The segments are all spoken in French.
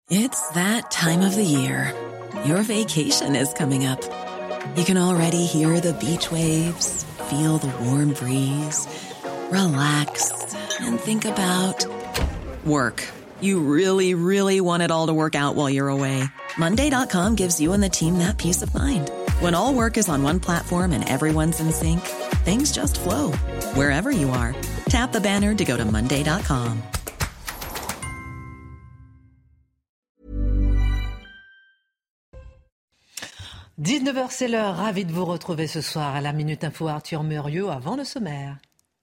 It's that time of the year. Your vacation is coming up. You can already hear the beach waves, feel the warm breeze, relax, and think about work. You really, really want it all to work out while you're away. Monday.com gives you and the team that peace of mind. When all work is on one platform and everyone's in sync, things just flow. Wherever you are, tap the banner to go to Monday.com. 19h, c'est l'heure. Ravi de vous retrouver ce soir à la Minute Info. Arthur Muriot avant le sommaire.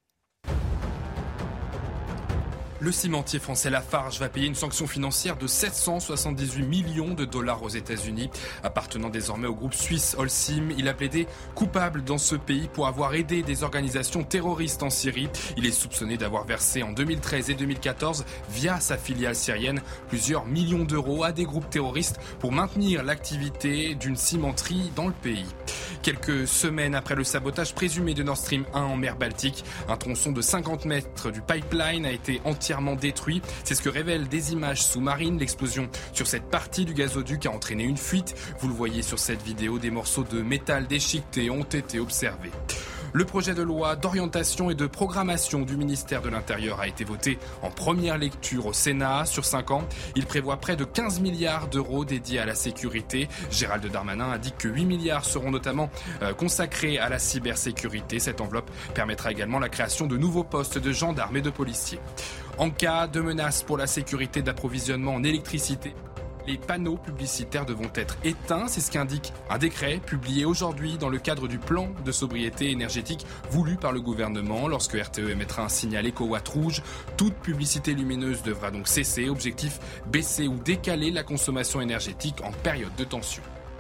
Le cimentier français Lafarge va payer une sanction financière de 778 millions de dollars aux États-Unis. Appartenant désormais au groupe suisse Holcim, il a plaidé coupable dans ce pays pour avoir aidé des organisations terroristes en Syrie. Il est soupçonné d'avoir versé en 2013 et 2014, via sa filiale syrienne, plusieurs millions d'euros à des groupes terroristes pour maintenir l'activité d'une cimenterie dans le pays. Quelques semaines après le sabotage présumé de Nord Stream 1 en mer Baltique, un tronçon de 50 mètres du pipeline a été entièrement détruit. C'est ce que révèlent des images sous-marines. L'explosion sur cette partie du gazoduc a entraîné une fuite. Vous le voyez sur cette vidéo, des morceaux de métal déchiquetés ont été observés. Le projet de loi d'orientation et de programmation du ministère de l'Intérieur a été voté en première lecture au Sénat. Sur 5 ans, il prévoit près de 15 milliards d'euros dédiés à la sécurité. Gérald Darmanin indique que 8 milliards seront notamment consacrés à la cybersécurité. Cette enveloppe permettra également la création de nouveaux postes de gendarmes et de policiers. En cas de menace pour la sécurité d'approvisionnement en électricité, les panneaux publicitaires devront être éteints. C'est ce qu'indique un décret publié aujourd'hui dans le cadre du plan de sobriété énergétique voulu par le gouvernement. Lorsque RTE émettra un signal éco-watt rouge, toute publicité lumineuse devra donc cesser. Objectif, baisser ou décaler la consommation énergétique en période de tension.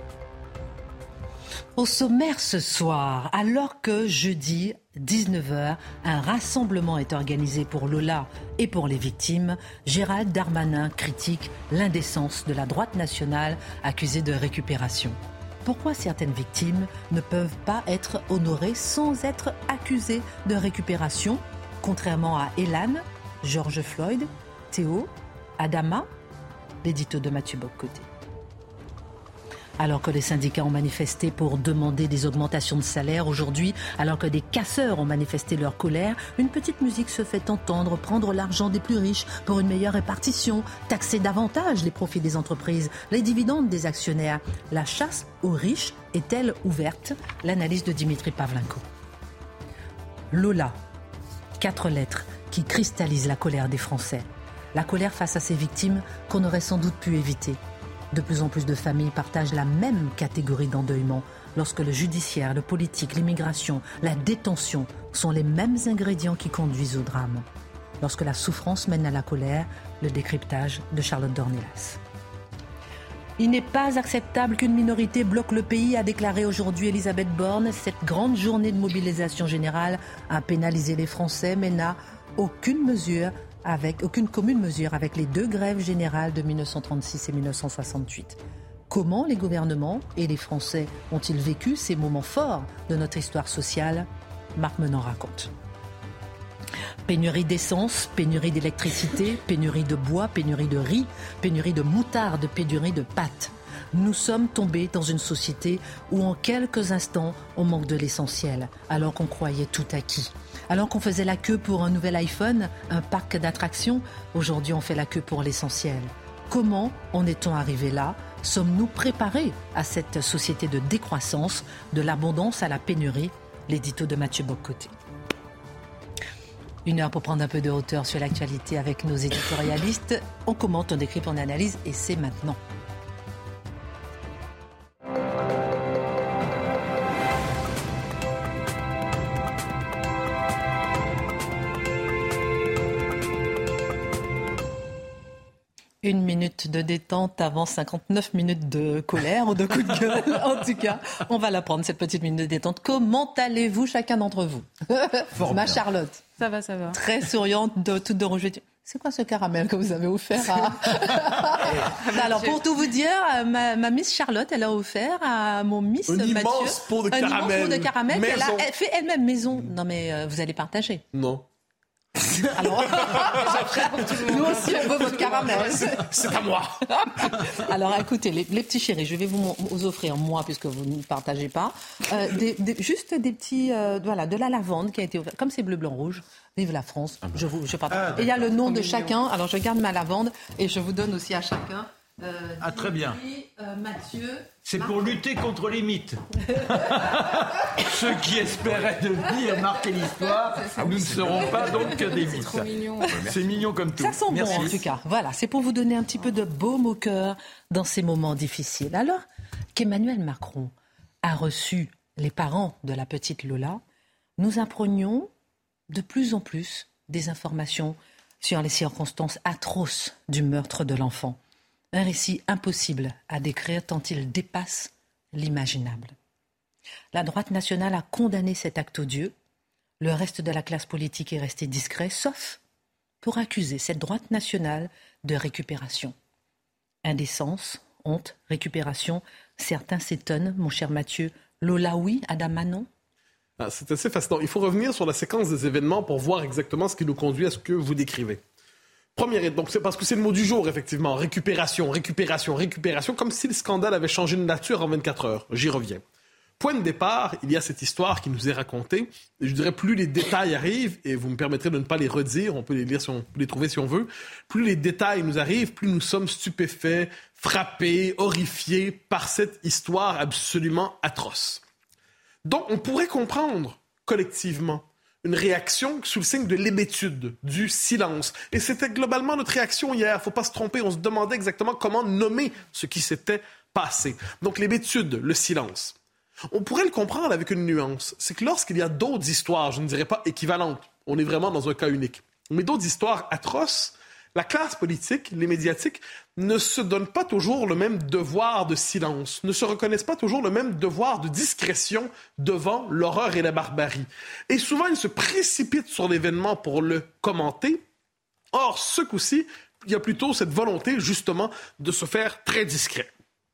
Au sommaire ce soir, alors que jeudi 19h, un rassemblement est organisé pour Lola et pour les victimes, Gérald Darmanin critique l'indécence de la droite nationale accusée de récupération. Pourquoi certaines victimes ne peuvent pas être honorées sans être accusées de récupération, contrairement à Elan, George Floyd, Théo, Adama? L'édito de Mathieu Bock-Côté. Alors que les syndicats ont manifesté pour demander des augmentations de salaire aujourd'hui, alors que des casseurs ont manifesté leur colère, une petite musique se fait entendre: prendre l'argent des plus riches pour une meilleure répartition, taxer davantage les profits des entreprises, les dividendes des actionnaires. La chasse aux riches est-elle ouverte? L'analyse de Dimitri Pavlenko. Lola, 4 lettres qui cristallisent la colère des Français. La colère face à ces victimes qu'on aurait sans doute pu éviter. De plus en plus de familles partagent la même catégorie d'endeuillement lorsque le judiciaire, le politique, l'immigration, la détention sont les mêmes ingrédients qui conduisent au drame. Lorsque la souffrance mène à la colère, le décryptage de Charlotte Dornelas. Il n'est pas acceptable qu'une minorité bloque le pays, a déclaré aujourd'hui Elisabeth Borne. Cette grande journée de mobilisation générale a pénalisé les Français mais n'a aucune commune mesure avec les 2 grèves générales de 1936 et 1968. Comment les gouvernements et les Français ont-ils vécu ces moments forts de notre histoire sociale? Marc Menant raconte. Pénurie d'essence, pénurie d'électricité, pénurie de bois, pénurie de riz, pénurie de moutarde, pénurie de pâtes. Nous sommes tombés dans une société où en quelques instants, on manque de l'essentiel, alors qu'on croyait tout acquis. Alors qu'on faisait la queue pour un nouvel iPhone, un parc d'attractions, aujourd'hui on fait la queue pour l'essentiel. Comment en est-on arrivé là? Sommes-nous préparés à cette société de décroissance, de l'abondance à la pénurie? L'édito de Mathieu Bock-Côté. 1 heure pour prendre un peu de hauteur sur l'actualité avec nos éditorialistes. On commente, on décrypte, on analyse et c'est maintenant. Une minute de détente avant 59 minutes de colère ou de coup de gueule. En tout cas, on va la prendre, cette petite minute de détente. Comment allez-vous, chacun d'entre vous? Ma Charlotte. Ça va, ça va. Très souriante, toute de rouge. C'est quoi ce caramel que vous avez offert à... Alors, pour tout vous dire, ma Miss Charlotte, elle a offert à mon Miss Mathieu... Immense pot de caramel. Qu'elle a fait elle-même maison. Non, mais vous allez partager. Non. Alors, nous aussi, on veut votre caramel. C'est à moi. Alors, écoutez, les petits chéris, je vais vous offrir, moi, puisque vous ne partagez pas, juste des petits, de la lavande qui a été ouverte. Comme c'est bleu, blanc, rouge, vive la France, je partage. Et il y a le nom de chacun. Alors, je garde ma lavande et je vous donne aussi à chacun. Très bien. Mathieu. C'est pour lutter contre les mythes. Ceux qui espéraient devenir marquer l'histoire, nous ne serons pas donc que des mythes. C'est trop mignon. C'est mignon comme tout. Ça sent bon en tout cas. Voilà, c'est pour vous donner un petit peu de baume au cœur dans ces moments difficiles. Alors qu'Emmanuel Macron a reçu les parents de la petite Lola, nous apprenions de plus en plus des informations sur les circonstances atroces du meurtre de l'enfant. Un récit impossible à décrire tant il dépasse l'imaginable. La droite nationale a condamné cet acte odieux. Le reste de la classe politique est resté discret, sauf pour accuser cette droite nationale de récupération. Indécence, honte, récupération. Certains s'étonnent, mon cher Mathieu. Lola oui, Adama non ? C'est assez fascinant. Il faut revenir sur la séquence des événements pour voir exactement ce qui nous conduit à ce que vous décrivez. Donc c'est parce que c'est le mot du jour, effectivement. Récupération, comme si le scandale avait changé de nature en 24 heures. J'y reviens. Point de départ, il y a cette histoire qui nous est racontée. Et je dirais, plus les détails arrivent, et vous me permettrez de ne pas les redire, on peut les lire, on peut les trouver si on veut, plus les détails nous arrivent, plus nous sommes stupéfaits, frappés, horrifiés par cette histoire absolument atroce. Donc on pourrait comprendre collectivement une réaction sous le signe de l'hébétude, du silence. Et c'était globalement notre réaction hier. Il ne faut pas se tromper. On se demandait exactement comment nommer ce qui s'était passé. Donc l'hébétude, le silence. On pourrait le comprendre avec une nuance. C'est que lorsqu'il y a d'autres histoires, je ne dirais pas équivalentes, on est vraiment dans un cas unique, mais d'autres histoires atroces, la classe politique, les médiatiques, ne se donnent pas toujours le même devoir de silence, ne se reconnaissent pas toujours le même devoir de discrétion devant l'horreur et la barbarie. Et souvent, ils se précipitent sur l'événement pour le commenter. Or, ce coup-ci, il y a plutôt cette volonté, justement, de se faire très discret.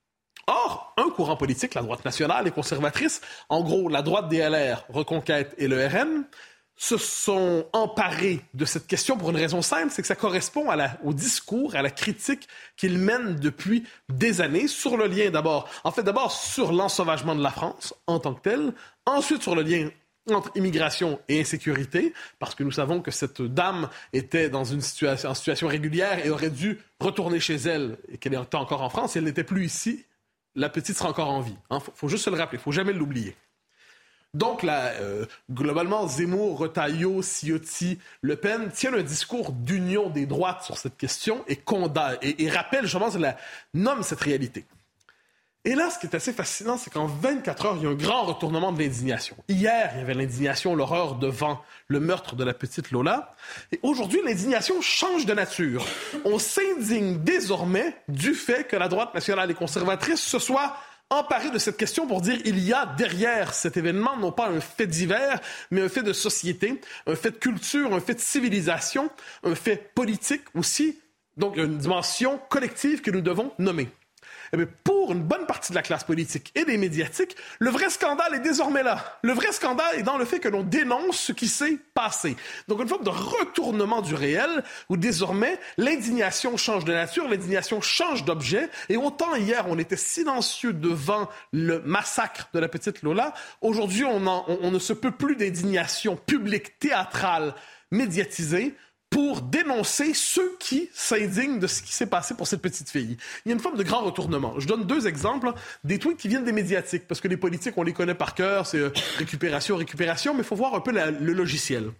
Or, un courant politique, la droite nationale et conservatrice, en gros, la droite des LR, Reconquête et le RN, se sont emparés de cette question pour une raison simple, c'est que ça correspond au discours, à la critique qu'ils mènent depuis des années sur le lien d'abord sur l'ensauvagement de la France en tant que tel, ensuite sur le lien entre immigration et insécurité, parce que nous savons que cette dame était en situation régulière et aurait dû retourner chez elle et qu'elle était encore en France. Si elle n'était plus ici, la petite sera encore en vie. Faut juste se le rappeler, faut jamais l'oublier. Donc, globalement, Zemmour, Retailleau, Ciotti, Le Pen tiennent un discours d'union des droites sur cette question et rappellent, je pense, nomme cette réalité. Et là, ce qui est assez fascinant, c'est qu'en 24 heures, il y a un grand retournement de l'indignation. Hier, il y avait l'indignation, l'horreur devant le meurtre de la petite Lola. Et aujourd'hui, l'indignation change de nature. On s'indigne désormais du fait que la droite nationale et conservatrice se soit emparé de cette question pour dire il y a derrière cet événement non pas un fait divers, mais un fait de société, un fait de culture, un fait de civilisation, un fait politique aussi, donc une dimension collective que nous devons nommer. Eh bien, pour une bonne partie de la classe politique et des médiatiques, le vrai scandale est désormais là. Le vrai scandale est dans le fait que l'on dénonce ce qui s'est passé. Donc, une forme de retournement du réel où désormais, l'indignation change de nature, l'indignation change d'objet. Et autant hier, on était silencieux devant le massacre de la petite Lola, aujourd'hui, on ne se peut plus d'indignation publique, théâtrale, médiatisée, pour dénoncer ceux qui s'indignent de ce qui s'est passé pour cette petite fille. Il y a une forme de grand retournement. Je donne 2 exemples, des tweets qui viennent des médiatiques, parce que les politiques, on les connaît par cœur, c'est récupération, mais il faut voir un peu le logiciel.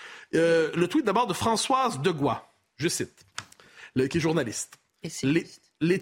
Le tweet d'abord de Françoise Degois, je cite, qui est journaliste. Les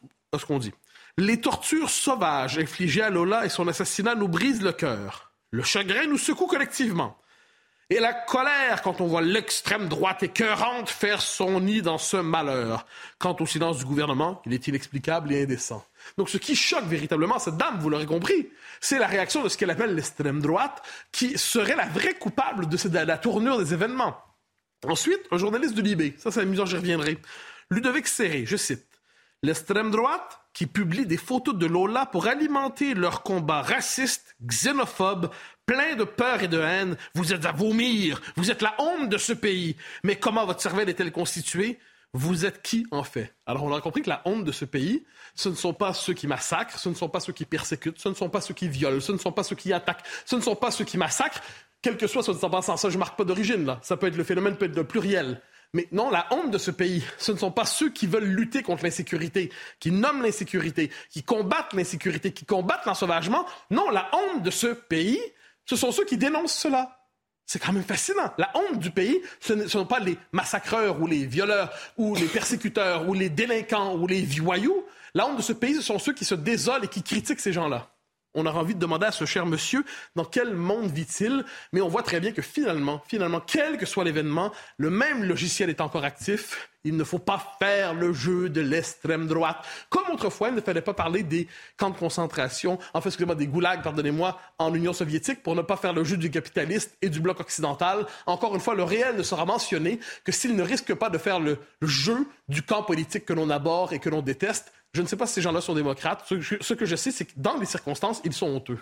tortures sauvages infligées à Lola et son assassinat nous brisent le cœur. Le chagrin nous secoue collectivement. Et la colère quand on voit l'extrême droite écœurante faire son nid dans ce malheur. Quant au silence du gouvernement, il est inexplicable et indécent. Donc ce qui choque véritablement cette dame, vous l'aurez compris, c'est la réaction de ce qu'elle appelle l'extrême droite, qui serait la vraie coupable de la tournure des événements. Ensuite, un journaliste de Libé, ça c'est amusant, j'y reviendrai. Ludovic Serré, je cite. L'extrême droite qui publie des photos de Lola pour alimenter leur combat raciste, xénophobe, plein de peur et de haine. Vous êtes à vomir. Vous êtes la honte de ce pays. Mais comment votre cervelle est-elle constituée? Vous êtes qui, en fait? Alors, on a compris que la honte de ce pays, ce ne sont pas ceux qui massacrent, ce ne sont pas ceux qui persécutent, ce ne sont pas ceux qui violent, ce ne sont pas ceux qui attaquent, ce ne sont pas ceux qui massacrent, quel que soit en passant. Ça, je ne marque pas d'origine, là. Ça peut être le phénomène, peut être le pluriel. Mais non, la honte de ce pays, ce ne sont pas ceux qui veulent lutter contre l'insécurité, qui nomment l'insécurité, qui combattent l'insécurité, qui combattent l'ensauvagement. Non, la honte de ce pays, ce sont ceux qui dénoncent cela. C'est quand même fascinant. La honte du pays, ce ne sont pas les massacreurs ou les violeurs ou les persécuteurs ou les délinquants ou les voyous. La honte de ce pays, ce sont ceux qui se désolent et qui critiquent ces gens-là. On aura envie de demander à ce cher monsieur dans quel monde vit-il, mais on voit très bien que finalement, quel que soit l'événement, le même logiciel est encore actif. Il ne faut pas faire le jeu de l'extrême droite. Comme autrefois, il ne fallait pas parler des camps de concentration, des goulags, en Union soviétique, pour ne pas faire le jeu du capitaliste et du bloc occidental. Encore une fois, le réel ne sera mentionné que s'il ne risque pas de faire le jeu du camp politique que l'on abhorre et que l'on déteste. Je ne sais pas si ces gens-là sont démocrates. Ce que je sais, c'est que dans les circonstances, ils sont honteux.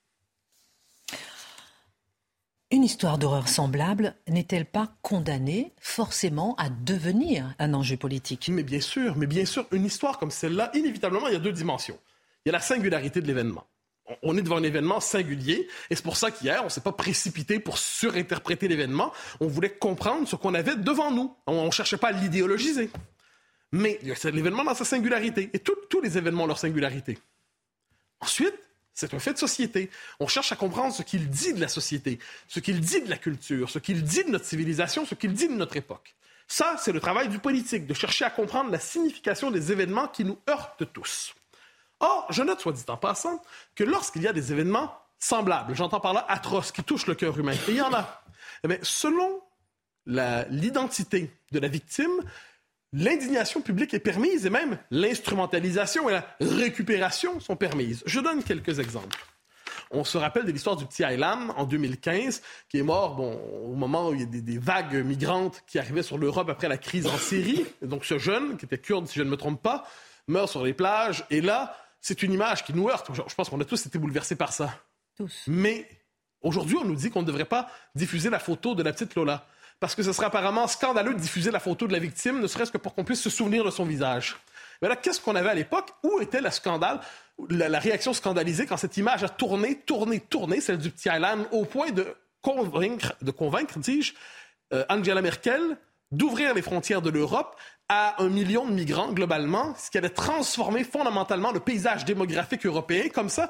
Une histoire d'horreur semblable n'est-elle pas condamnée forcément à devenir un enjeu politique? Mais bien sûr, une histoire comme celle-là, inévitablement, il y a deux dimensions. Il y a la singularité de l'événement. On est devant un événement singulier, et c'est pour ça qu'hier, on ne s'est pas précipité pour surinterpréter l'événement. On voulait comprendre ce qu'on avait devant nous. On ne cherchait pas à l'idéologiser. Mais il y a l'événement dans sa singularité, et tous les événements ont leur singularité. Ensuite, c'est un fait de société. On cherche à comprendre ce qu'il dit de la société, ce qu'il dit de la culture, ce qu'il dit de notre civilisation, ce qu'il dit de notre époque. Ça, c'est le travail du politique, de chercher à comprendre la signification des événements qui nous heurtent tous. Or, je note, soit dit en passant, que lorsqu'il y a des événements semblables, j'entends par là atroces, qui touchent le cœur humain, et il y en a, selon l'identité de la victime, l'indignation publique est permise et même l'instrumentalisation et la récupération sont permises. Je donne quelques exemples. On se rappelle de l'histoire du petit Aylan en 2015, qui est mort au moment où il y a des vagues migrantes qui arrivaient sur l'Europe après la crise en Syrie. Et donc ce jeune, qui était kurde si je ne me trompe pas, meurt sur les plages. Et là, c'est une image qui nous heurte. Je pense qu'on a tous été bouleversés par ça. Tous. Mais aujourd'hui, on nous dit qu'on ne devrait pas diffuser la photo de la petite Lola. Parce que ce serait apparemment scandaleux de diffuser la photo de la victime, ne serait-ce que pour qu'on puisse se souvenir de son visage. Mais là, qu'est-ce qu'on avait à l'époque? Où était la réaction scandalisée quand cette image a tourné, celle du petit Aylan, au point de convaincre, Angela Merkel d'ouvrir les frontières de l'Europe à 1 million de migrants globalement, ce qui allait transformer fondamentalement le paysage démographique européen. Comme ça,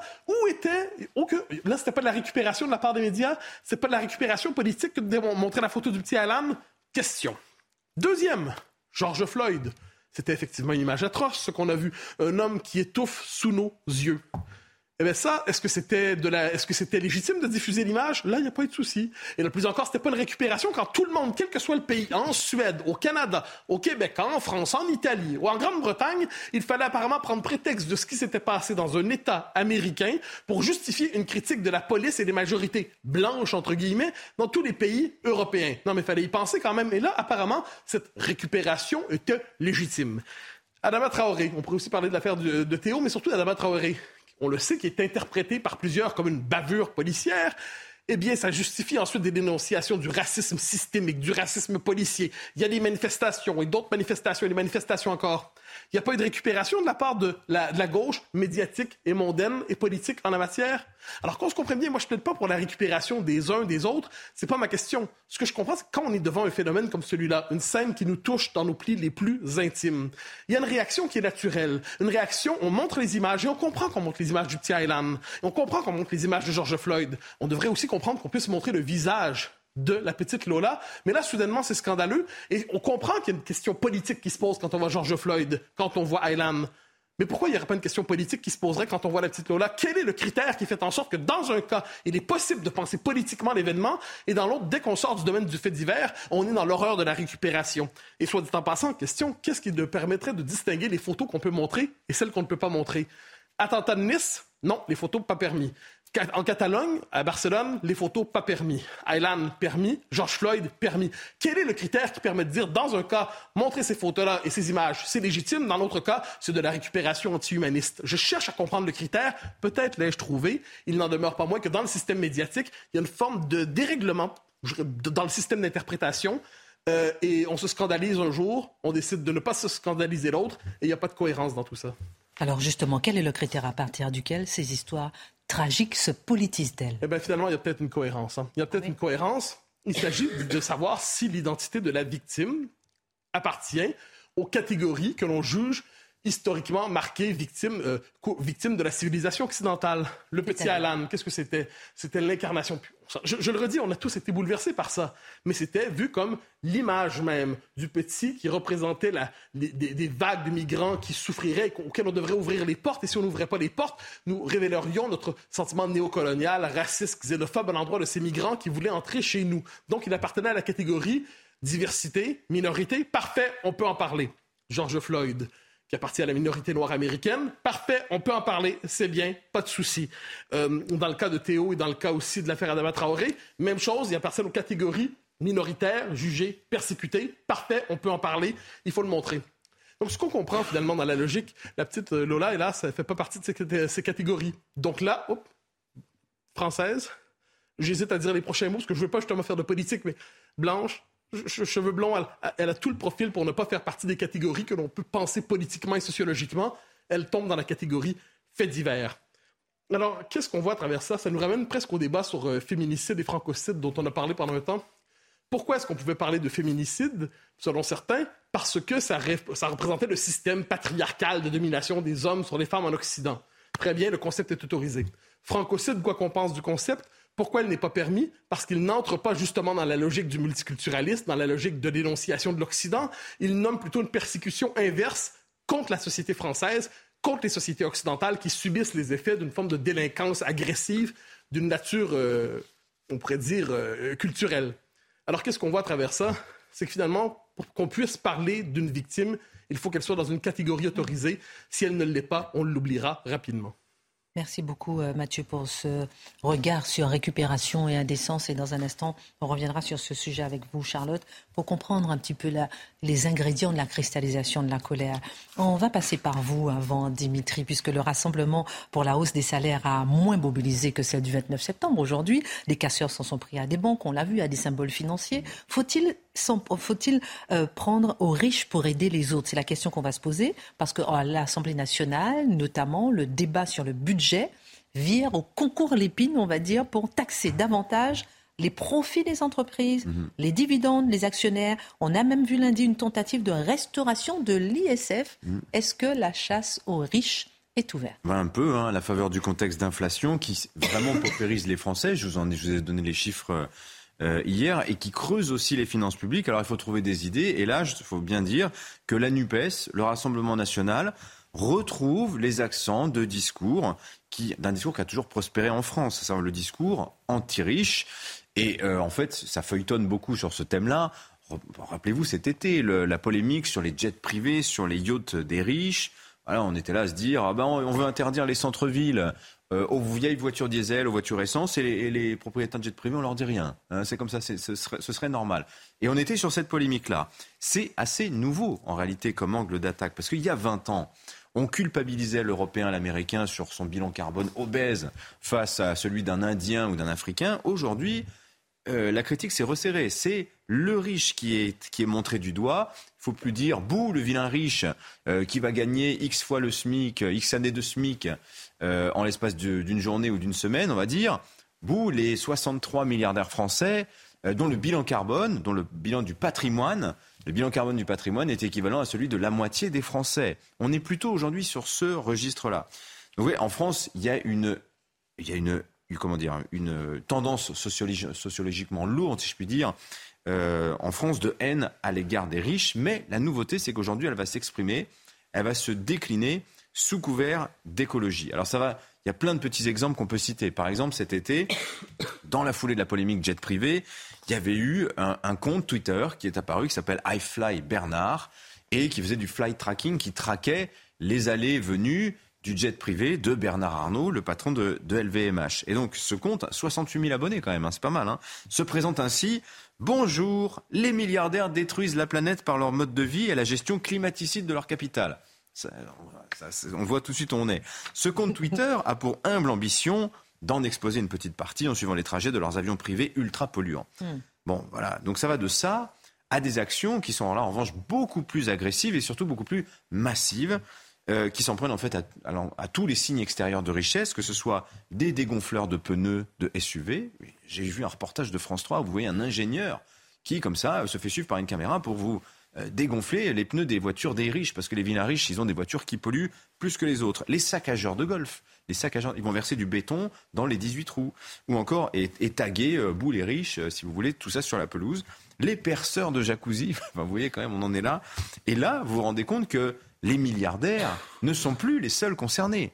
là, c'était pas de la récupération de la part des médias, c'est pas de la récupération politique que de montrer la photo du petit Aylan. Question. Deuxième, George Floyd. C'était effectivement une image atroce, ce qu'on a vu. Un homme qui étouffe sous nos yeux. Eh bien ça, est-ce que c'était légitime de diffuser l'image? Là, il n'y a pas eu de souci. Et le plus encore, c'était pas une récupération quand tout le monde, quel que soit le pays, en Suède, au Canada, au Québec, en France, en Italie ou en Grande-Bretagne, il fallait apparemment prendre prétexte de ce qui s'était passé dans un État américain pour justifier une critique de la police et des majorités blanches, entre guillemets, dans tous les pays européens. Non, mais il fallait y penser quand même. Et là, apparemment, cette récupération était légitime. Adama Traoré, on pourrait aussi parler de l'affaire de Théo, mais surtout d'Adama Traoré. On le sait, qui est interprété par plusieurs comme une bavure policière, eh bien, ça justifie ensuite des dénonciations du racisme systémique, du racisme policier. Il y a des manifestations et d'autres manifestations et des manifestations encore. Il n'y a pas eu de récupération de la part de la gauche médiatique et mondaine et politique en la matière. Alors qu'on se comprenne bien, moi je ne plaide pas pour la récupération des uns des autres, c'est pas ma question. Ce que je comprends, c'est que quand on est devant un phénomène comme celui-là, une scène qui nous touche dans nos plis les plus intimes, il y a une réaction qui est naturelle. Une réaction, on montre les images et on comprend qu'on montre les images du petit Aylan. On comprend qu'on montre les images de George Floyd. On devrait aussi comprendre qu'on puisse montrer le visage de la petite Lola. Mais là, soudainement, c'est scandaleux. Et on comprend qu'il y a une question politique qui se pose quand on voit George Floyd, quand on voit Aylan. Mais pourquoi il n'y aurait pas une question politique qui se poserait quand on voit la petite Lola? Quel est le critère qui fait en sorte que dans un cas, il est possible de penser politiquement l'événement et dans l'autre, dès qu'on sort du domaine du fait divers, on est dans l'horreur de la récupération? Et soit dit en passant, question, qu'est-ce qui nous permettrait de distinguer les photos qu'on peut montrer et celles qu'on ne peut pas montrer? Attentat de Nice? Non, les photos pas permis. En Catalogne, à Barcelone, les photos pas permis. Aylan, permis. George Floyd, permis. Quel est le critère qui permet de dire, dans un cas, montrer ces photos-là et ces images, c'est légitime. Dans l'autre cas, c'est de la récupération anti-humaniste. Je cherche à comprendre le critère. Peut-être l'ai-je trouvé. Il n'en demeure pas moins que dans le système médiatique, il y a une forme de dérèglement dans le système d'interprétation. Et on se scandalise un jour, on décide de ne pas se scandaliser l'autre, et il n'y a pas de cohérence dans tout ça. Alors justement, quel est le critère à partir duquel ces histoires tragiques se politisent-elles? Eh bien, finalement, il y a peut-être une cohérence. Il y a peut-être une cohérence. Il s'agit de savoir si l'identité de la victime appartient aux catégories que l'on juge historiquement marquées victime de la civilisation occidentale. Le petit Alan, qu'est-ce que c'était? C'était l'incarnation. Je le redis, on a tous été bouleversés par ça. Mais c'était vu comme l'image même du petit qui représentait des vagues de migrants qui souffriraient, auxquels on devrait ouvrir les portes. Et si on n'ouvrait pas les portes, nous révélerions notre sentiment néocolonial, raciste, xénophobe à l'endroit de ces migrants qui voulaient entrer chez nous. Donc, il appartenait à la catégorie diversité, minorité. Parfait, on peut en parler. George Floyd, qui appartient à la minorité noire américaine. Parfait, on peut en parler, c'est bien, pas de souci. Dans le cas de Théo et dans le cas aussi de l'affaire Adama Traoré, même chose, il appartient aux catégories minoritaires, jugées, persécutées. Parfait, on peut en parler, il faut le montrer. Donc, ce qu'on comprend finalement dans la logique, la petite Lola, hélas, elle ne fait pas partie de ces catégories. Donc là, française, j'hésite à dire les prochains mots, parce que je ne veux pas justement faire de politique, mais blanche, cheveux blonds, elle a tout le profil pour ne pas faire partie des catégories que l'on peut penser politiquement et sociologiquement. Elle tombe dans la catégorie faits divers. Alors, qu'est-ce qu'on voit à travers ça? Ça nous ramène presque au débat sur féminicide et francocide dont on a parlé pendant un temps. Pourquoi est-ce qu'on pouvait parler de féminicide, selon certains? Parce que ça représentait le système patriarcal de domination des hommes sur les femmes en Occident. Très bien, le concept est autorisé. Francocide, quoi qu'on pense du concept, pourquoi il n'est pas permis? Parce qu'il n'entre pas justement dans la logique du multiculturalisme, dans la logique de dénonciation de l'Occident. Il nomme plutôt une persécution inverse contre la société française, contre les sociétés occidentales qui subissent les effets d'une forme de délinquance agressive d'une nature, on pourrait dire, culturelle. Alors, qu'est-ce qu'on voit à travers ça? C'est que finalement, pour qu'on puisse parler d'une victime, il faut qu'elle soit dans une catégorie autorisée. Si elle ne l'est pas, on l'oubliera rapidement. Merci beaucoup Mathieu pour ce regard sur récupération et indécence. Et dans un instant, on reviendra sur ce sujet avec vous, Charlotte, pour comprendre un petit peu les ingrédients de la cristallisation de la colère. On va passer par vous avant, Dimitri, puisque le Rassemblement pour la hausse des salaires a moins mobilisé que celle du 29 septembre. Aujourd'hui, les casseurs s'en sont pris à des banques, on l'a vu, à des symboles financiers. Faut-il prendre aux riches pour aider les autres? C'est la question qu'on va se poser, parce qu'à l'Assemblée nationale, notamment, le débat sur le budget vire au concours l'épine, on va dire, pour taxer davantage les profits des entreprises, les dividendes, les actionnaires. On a même vu lundi une tentative de restauration de l'ISF. Est-ce que la chasse aux riches est ouverte? Un peu, à la faveur du contexte d'inflation qui vraiment paupérise les Français. Je vous ai donné les chiffres hier, et qui creuse aussi les finances publiques. Alors il faut trouver des idées, et là, il faut bien dire que la NUPES, le Rassemblement national, retrouve les accents d'un discours qui a toujours prospéré en France, c'est le discours anti-riche. Et en fait, ça feuilletonne beaucoup sur ce thème-là. Rappelez-vous cet été, la polémique sur les jets privés, sur les yachts des riches. Voilà, on était là à se dire, on veut interdire les centres-villes aux vieilles voitures diesel, aux voitures essence, et les propriétaires de jets privés, on leur dit rien. C'est comme ça, ce serait normal. Et on était sur cette polémique-là. C'est assez nouveau, en réalité, comme angle d'attaque. Parce qu'il y a 20 ans, on culpabilisait l'Européen, l'Américain sur son bilan carbone obèse face à celui d'un Indien ou d'un Africain. Aujourd'hui, la critique s'est resserrée. C'est le riche qui est montré du doigt. Il ne faut plus dire « bouh, le vilain riche qui va gagner X fois le SMIC, X années de SMIC en l'espace d'une journée ou d'une semaine ». On va dire « bouh, les 63 milliardaires français dont le bilan carbone, dont le bilan du patrimoine... » Le bilan carbone du patrimoine est équivalent à celui de la moitié des Français. On est plutôt aujourd'hui sur ce registre-là. Donc, oui, en France, il y a une tendance sociologiquement lourde, si je puis dire, en France, de haine à l'égard des riches. Mais la nouveauté, c'est qu'aujourd'hui, elle va s'exprimer, elle va se décliner sous couvert d'écologie. Alors il y a plein de petits exemples qu'on peut citer. Par exemple, cet été, dans la foulée de la polémique jet privé, il y avait eu un compte Twitter qui est apparu, qui s'appelle iFly Bernard, et qui faisait du flight tracking, qui traquait les allées et venues du jet privé de Bernard Arnault, le patron de LVMH. Et donc ce compte, 68 000 abonnés quand même, hein, c'est pas mal, se présente ainsi. Bonjour, les milliardaires détruisent la planète par leur mode de vie et la gestion climaticide de leur capital. On voit tout de suite où on est. Ce compte Twitter a pour humble ambition d'en exposer une petite partie en suivant les trajets de leurs avions privés ultra polluants. Bon, voilà. Donc ça va de ça à des actions qui sont là en revanche beaucoup plus agressives et surtout beaucoup plus massives, qui s'en prennent en fait à tous les signes extérieurs de richesse, que ce soit des dégonfleurs de pneus de SUV. J'ai vu un reportage de France 3 où vous voyez un ingénieur qui, comme ça, se fait suivre par une caméra pour vous dégonfler les pneus des voitures des riches, parce que les vilains riches, ils ont des voitures qui polluent plus que les autres. Les saccageurs de golf, ils vont verser du béton dans les 18 trous, ou encore et taguer bout les riches, si vous voulez, tout ça sur la pelouse. Les perceurs de jacuzzi, vous voyez quand même, on en est là. Et là, vous vous rendez compte que les milliardaires ne sont plus les seuls concernés.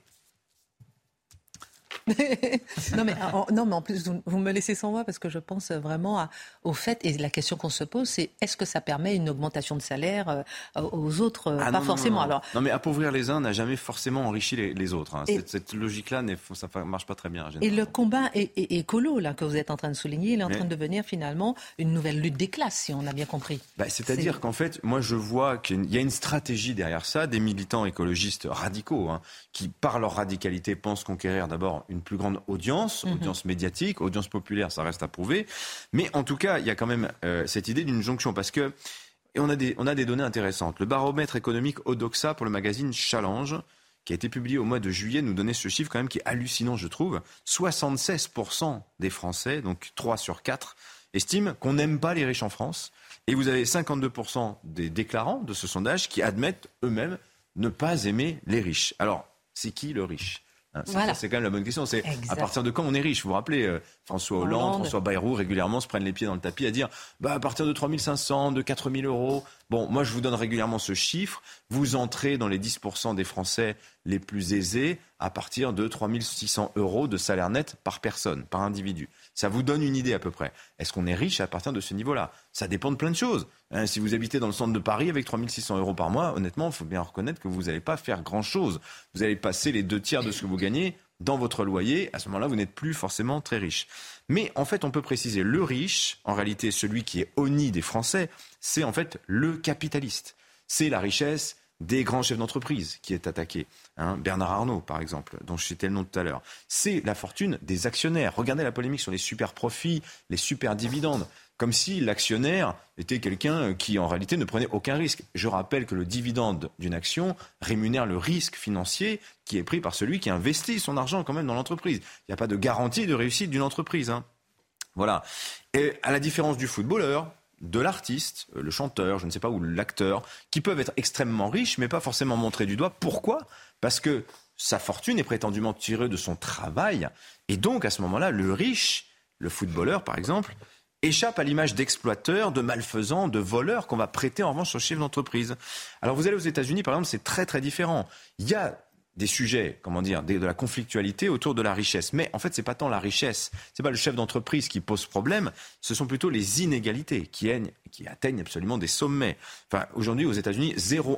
non, mais en plus, vous me laissez sans voix parce que je pense vraiment au fait, et la question qu'on se pose, c'est est-ce que ça permet une augmentation de salaire aux autres pas forcément. Alors, non, mais appauvrir les uns n'a jamais forcément enrichi les autres. Hein. Cette logique-là, ça ne marche pas très bien. Et le combat écolo là, que vous êtes en train de souligner, il est en train de devenir finalement une nouvelle lutte des classes, si on a bien compris. C'est-à-dire qu'en fait, moi je vois qu'il y a une stratégie derrière ça, des militants écologistes radicaux, qui par leur radicalité pensent conquérir d'abord une plus grande audience médiatique, audience populaire, ça reste à prouver. Mais en tout cas, il y a quand même cette idée d'une jonction, parce que on a des données intéressantes. Le baromètre économique Odoxa pour le magazine Challenge, qui a été publié au mois de juillet, nous donnait ce chiffre quand même qui est hallucinant, je trouve. 76% des Français, donc 3 sur 4, estiment qu'on n'aime pas les riches en France. Et vous avez 52% des déclarants de ce sondage qui admettent eux-mêmes ne pas aimer les riches. Alors, c'est qui le riche ? C'est quand même la bonne question. C'est à partir de quand on est riche ? Vous vous rappelez, François Hollande, François Bayrou régulièrement se prennent les pieds dans le tapis à dire à partir de 3 500, de 4 000 euros. Bon, moi je vous donne régulièrement ce chiffre. Vous entrez dans les 10% des Français les plus aisés à partir de 3 600 euros de salaire net par personne, par individu. Ça vous donne une idée à peu près. Est-ce qu'on est riche à partir de ce niveau-là ? Ça dépend de plein de choses. Si vous habitez dans le centre de Paris avec 3 600 euros par mois, honnêtement, il faut bien reconnaître que vous n'allez pas faire grand-chose. Vous allez passer les 2/3 de ce que vous gagnez dans votre loyer. À ce moment-là, vous n'êtes plus forcément très riche. Mais en fait, on peut préciser, le riche, en réalité, celui qui est au nid des Français, c'est en fait le capitaliste. C'est la richesse des grands chefs d'entreprise qui est attaquée. Bernard Arnault, par exemple, dont je citais le nom tout à l'heure. C'est la fortune des actionnaires. Regardez la polémique sur les super profits, les super dividendes. Comme si l'actionnaire était quelqu'un qui, en réalité, ne prenait aucun risque. Je rappelle que le dividende d'une action rémunère le risque financier qui est pris par celui qui investit son argent quand même dans l'entreprise. Il n'y a pas de garantie de réussite d'une entreprise. Voilà. Et à la différence du footballeur, de l'artiste, le chanteur, je ne sais pas, ou l'acteur, qui peuvent être extrêmement riches, mais pas forcément montrés du doigt. Pourquoi ? Parce que sa fortune est prétendument tirée de son travail. Et donc, à ce moment-là, le riche, le footballeur par exemple, échappe à l'image d'exploiteur, de malfaisant, de voleur qu'on va prêter en revanche au chef d'entreprise. Alors vous allez aux États-Unis, par exemple, c'est très très différent. Il y a des sujets, de la conflictualité autour de la richesse. Mais en fait, c'est pas tant la richesse, c'est pas le chef d'entreprise qui pose problème, ce sont plutôt les inégalités qui atteignent absolument des sommets. Enfin, aujourd'hui, aux États-Unis,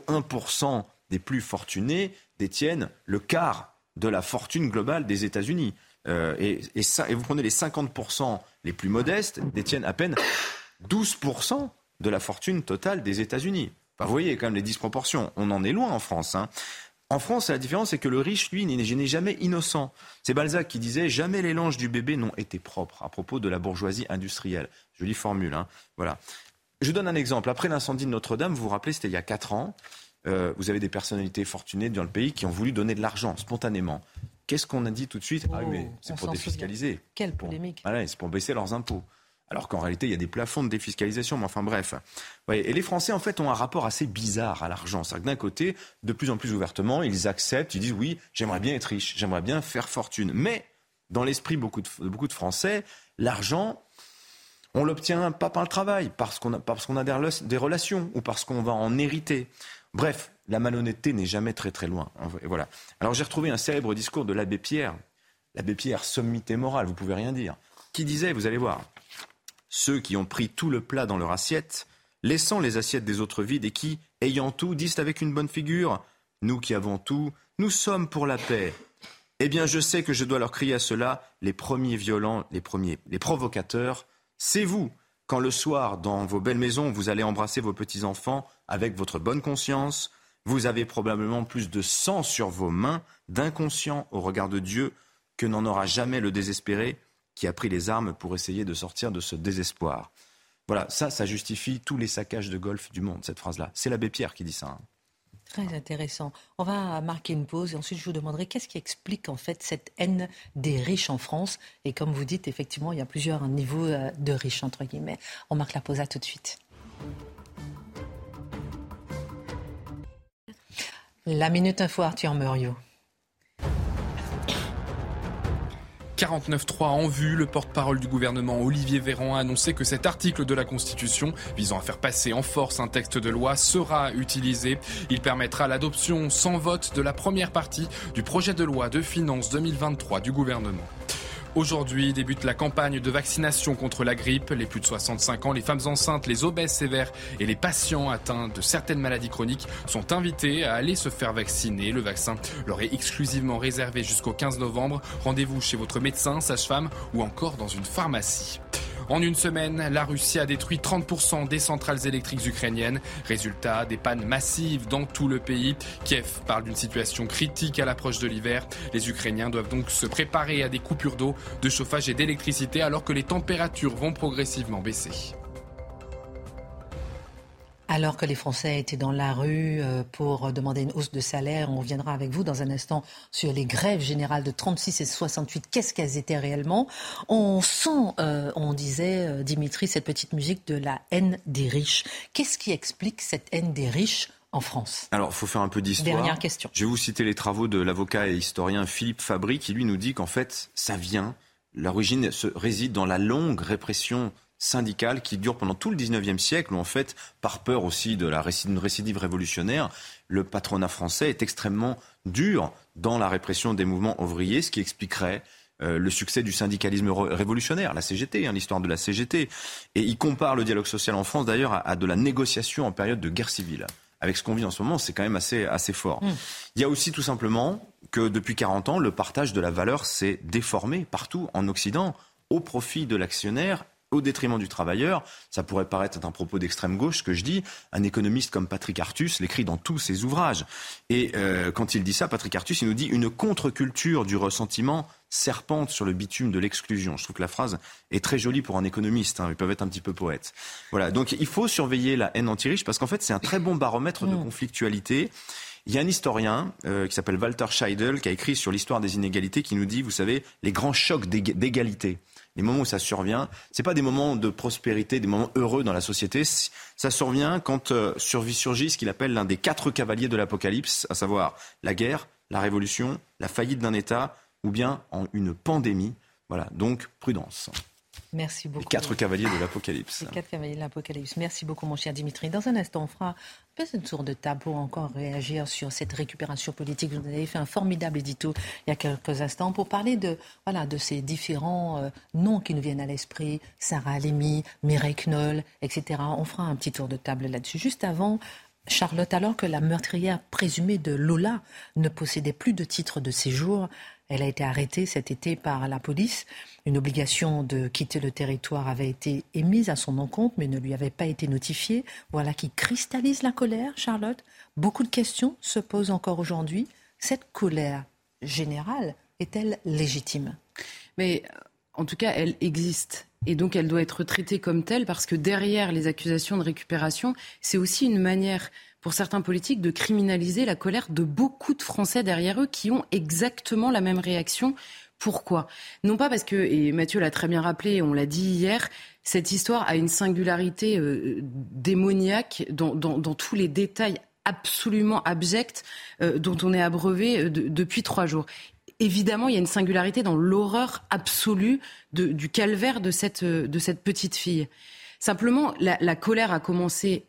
0,1% des plus fortunés détiennent le quart de la fortune globale des États-Unis. Et vous prenez les 50% les plus modestes, détiennent à peine 12% de la fortune totale des États-Unis. Enfin, vous voyez quand même les disproportions. On en est loin en France. En France, la différence, c'est que le riche, lui, n'est jamais innocent. C'est Balzac qui disait « Jamais les langes du bébé n'ont été propres » à propos de la bourgeoisie industrielle. Jolie formule, Voilà. Je donne un exemple. Après l'incendie de Notre-Dame, vous vous rappelez, c'était il y a 4 ans. Vous avez des personnalités fortunées dans le pays qui ont voulu donner de l'argent spontanément. Qu'est-ce qu'on a dit tout de suite ? Mais c'est pour défiscaliser. Quelle polémique. Voilà, c'est pour baisser leurs impôts. Alors qu'en réalité, il y a des plafonds de défiscalisation. Mais enfin bref. Et les Français, en fait, ont un rapport assez bizarre à l'argent. C'est-à-dire que d'un côté, de plus en plus ouvertement, ils acceptent, ils disent oui, j'aimerais bien être riche, j'aimerais bien faire fortune. Mais dans l'esprit de beaucoup de Français, l'argent, on l'obtient pas par le travail, parce qu'on a des relations ou parce qu'on va en hériter. Bref, la malhonnêteté n'est jamais très très loin. Et voilà. Alors j'ai retrouvé un célèbre discours de l'abbé Pierre, sommité morale, vous pouvez rien dire, qui disait, vous allez voir, ceux qui ont pris tout le plat dans leur assiette, laissant les assiettes des autres vides et qui, ayant tout, disent avec une bonne figure, nous qui avons tout, nous sommes pour la paix. Eh bien, je sais que je dois leur crier à cela, les premiers violents, les provocateurs, c'est vous. Quand le soir, dans vos belles maisons, vous allez embrasser vos petits-enfants avec votre bonne conscience, vous avez probablement plus de sang sur vos mains, d'inconscient au regard de Dieu, que n'en aura jamais le désespéré qui a pris les armes pour essayer de sortir de ce désespoir. Voilà, ça justifie tous les saccages de golf du monde, cette phrase-là. C'est l'abbé Pierre qui dit ça. Hein. Très intéressant. On va marquer une pause et ensuite je vous demanderai qu'est-ce qui explique en fait cette haine des riches en France. Et comme vous dites, effectivement, il y a plusieurs niveaux de riches, entre guillemets. On marque la pause, à tout de suite. La Minute Info, Arthur Muriot. 49.3 en vue, le porte-parole du gouvernement Olivier Véran a annoncé que cet article de la Constitution visant à faire passer en force un texte de loi sera utilisé. Il permettra l'adoption sans vote de la première partie du projet de loi de finances 2023 du gouvernement. Aujourd'hui débute la campagne de vaccination contre la grippe. Les plus de 65 ans, les femmes enceintes, les obèses sévères et les patients atteints de certaines maladies chroniques sont invités à aller se faire vacciner. Le vaccin leur est exclusivement réservé jusqu'au 15 novembre. Rendez-vous chez votre médecin, sage-femme ou encore dans une pharmacie. En une semaine, la Russie a détruit 30% des centrales électriques ukrainiennes. Résultat, des pannes massives dans tout le pays. Kiev parle d'une situation critique à l'approche de l'hiver. Les Ukrainiens doivent donc se préparer à des coupures d'eau, de chauffage et d'électricité alors que les températures vont progressivement baisser. Alors que les Français étaient dans la rue pour demander une hausse de salaire, on reviendra avec vous dans un instant sur les grèves générales de 36 et 68. Qu'est-ce qu'elles étaient réellement ? On sent, on disait, Dimitri, cette petite musique de la haine des riches. Qu'est-ce qui explique cette haine des riches en France ? Alors, il faut faire un peu d'histoire. Dernière question. Je vais vous citer les travaux de l'avocat et historien Philippe Fabry, qui lui nous dit qu'en fait, l'origine réside dans la longue répression syndicale qui dure pendant tout le 19e siècle, où en fait, par peur aussi d'une récidive révolutionnaire, le patronat français est extrêmement dur dans la répression des mouvements ouvriers, ce qui expliquerait le succès du syndicalisme révolutionnaire, la CGT, l'histoire de la CGT. Et il compare le dialogue social en France d'ailleurs à de la négociation en période de guerre civile. Avec ce qu'on vit en ce moment, c'est quand même assez fort. Il y a aussi tout simplement que depuis 40 ans, le partage de la valeur s'est déformé partout en Occident au profit de l'actionnaire, au détriment du travailleur. Ça pourrait paraître un propos d'extrême gauche, ce que je dis. Un économiste comme Patrick Artus l'écrit dans tous ses ouvrages. Et quand il dit ça, Patrick Artus, il nous dit « Une contre-culture du ressentiment serpente sur le bitume de l'exclusion ». Je trouve que la phrase est très jolie pour un économiste. Ils peuvent être un petit peu poètes. Voilà. Donc il faut surveiller la haine anti-riche parce qu'en fait, c'est un très bon baromètre de conflictualité. Il y a un historien qui s'appelle Walter Scheidel qui a écrit sur l'histoire des inégalités qui nous dit, vous savez, les grands chocs d'égalité. Les moments où ça survient, c'est pas des moments de prospérité, des moments heureux dans la société. Ça survient quand surgit ce qu'il appelle l'un des 4 cavaliers de l'Apocalypse, à savoir la guerre, la révolution, la faillite d'un État ou bien en une pandémie. Voilà, donc prudence. Merci beaucoup. Les 4 cavaliers de l'Apocalypse. Les 4 cavaliers de l'Apocalypse. Merci beaucoup, mon cher Dimitri. Dans un instant, on fera un peu une tour de table pour encore réagir sur cette récupération politique. Vous avez fait un formidable édito il y a quelques instants pour parler de ces différents noms qui nous viennent à l'esprit. Sarah Halimi, Mireille Knoll, etc. On fera un petit tour de table là-dessus. Juste avant, Charlotte, alors que la meurtrière présumée de Lola ne possédait plus de titre de séjour, elle a été arrêtée cet été par la police. Une obligation de quitter le territoire avait été émise à son encontre, mais ne lui avait pas été notifiée. Voilà qui cristallise la colère, Charlotte. Beaucoup de questions se posent encore aujourd'hui. Cette colère générale est-elle légitime ? Mais en tout cas, elle existe. Et donc, elle doit être traitée comme telle parce que derrière les accusations de récupération, c'est aussi une manière pour certains politiques de criminaliser la colère de beaucoup de Français derrière eux qui ont exactement la même réaction. Pourquoi ? Non pas parce que, et Mathieu l'a très bien rappelé, on l'a dit hier, cette histoire a une singularité démoniaque dans tous les détails absolument abjects dont on est abreuvé depuis 3 jours. Évidemment, il y a une singularité dans l'horreur absolue du calvaire de cette petite fille. Simplement, la colère a commencé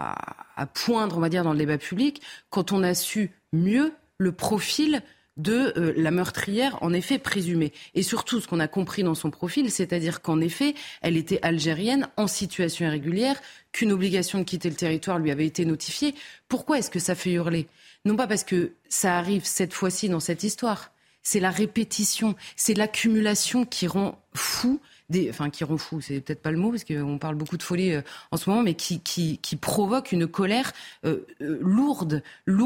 à poindre, on va dire, dans le débat public quand on a su mieux le profil de la meurtrière, en effet, présumée. Et surtout, ce qu'on a compris dans son profil, c'est-à-dire qu'en effet, elle était algérienne, en situation irrégulière, qu'une obligation de quitter le territoire lui avait été notifiée. Pourquoi est-ce que ça fait hurler ? Non pas parce que ça arrive cette fois-ci dans cette histoire. C'est la répétition, c'est l'accumulation qui rend fou. Qui rend fou, c'est peut-être pas le mot parce qu'on parle beaucoup de folie en ce moment, mais qui provoque une colère lourde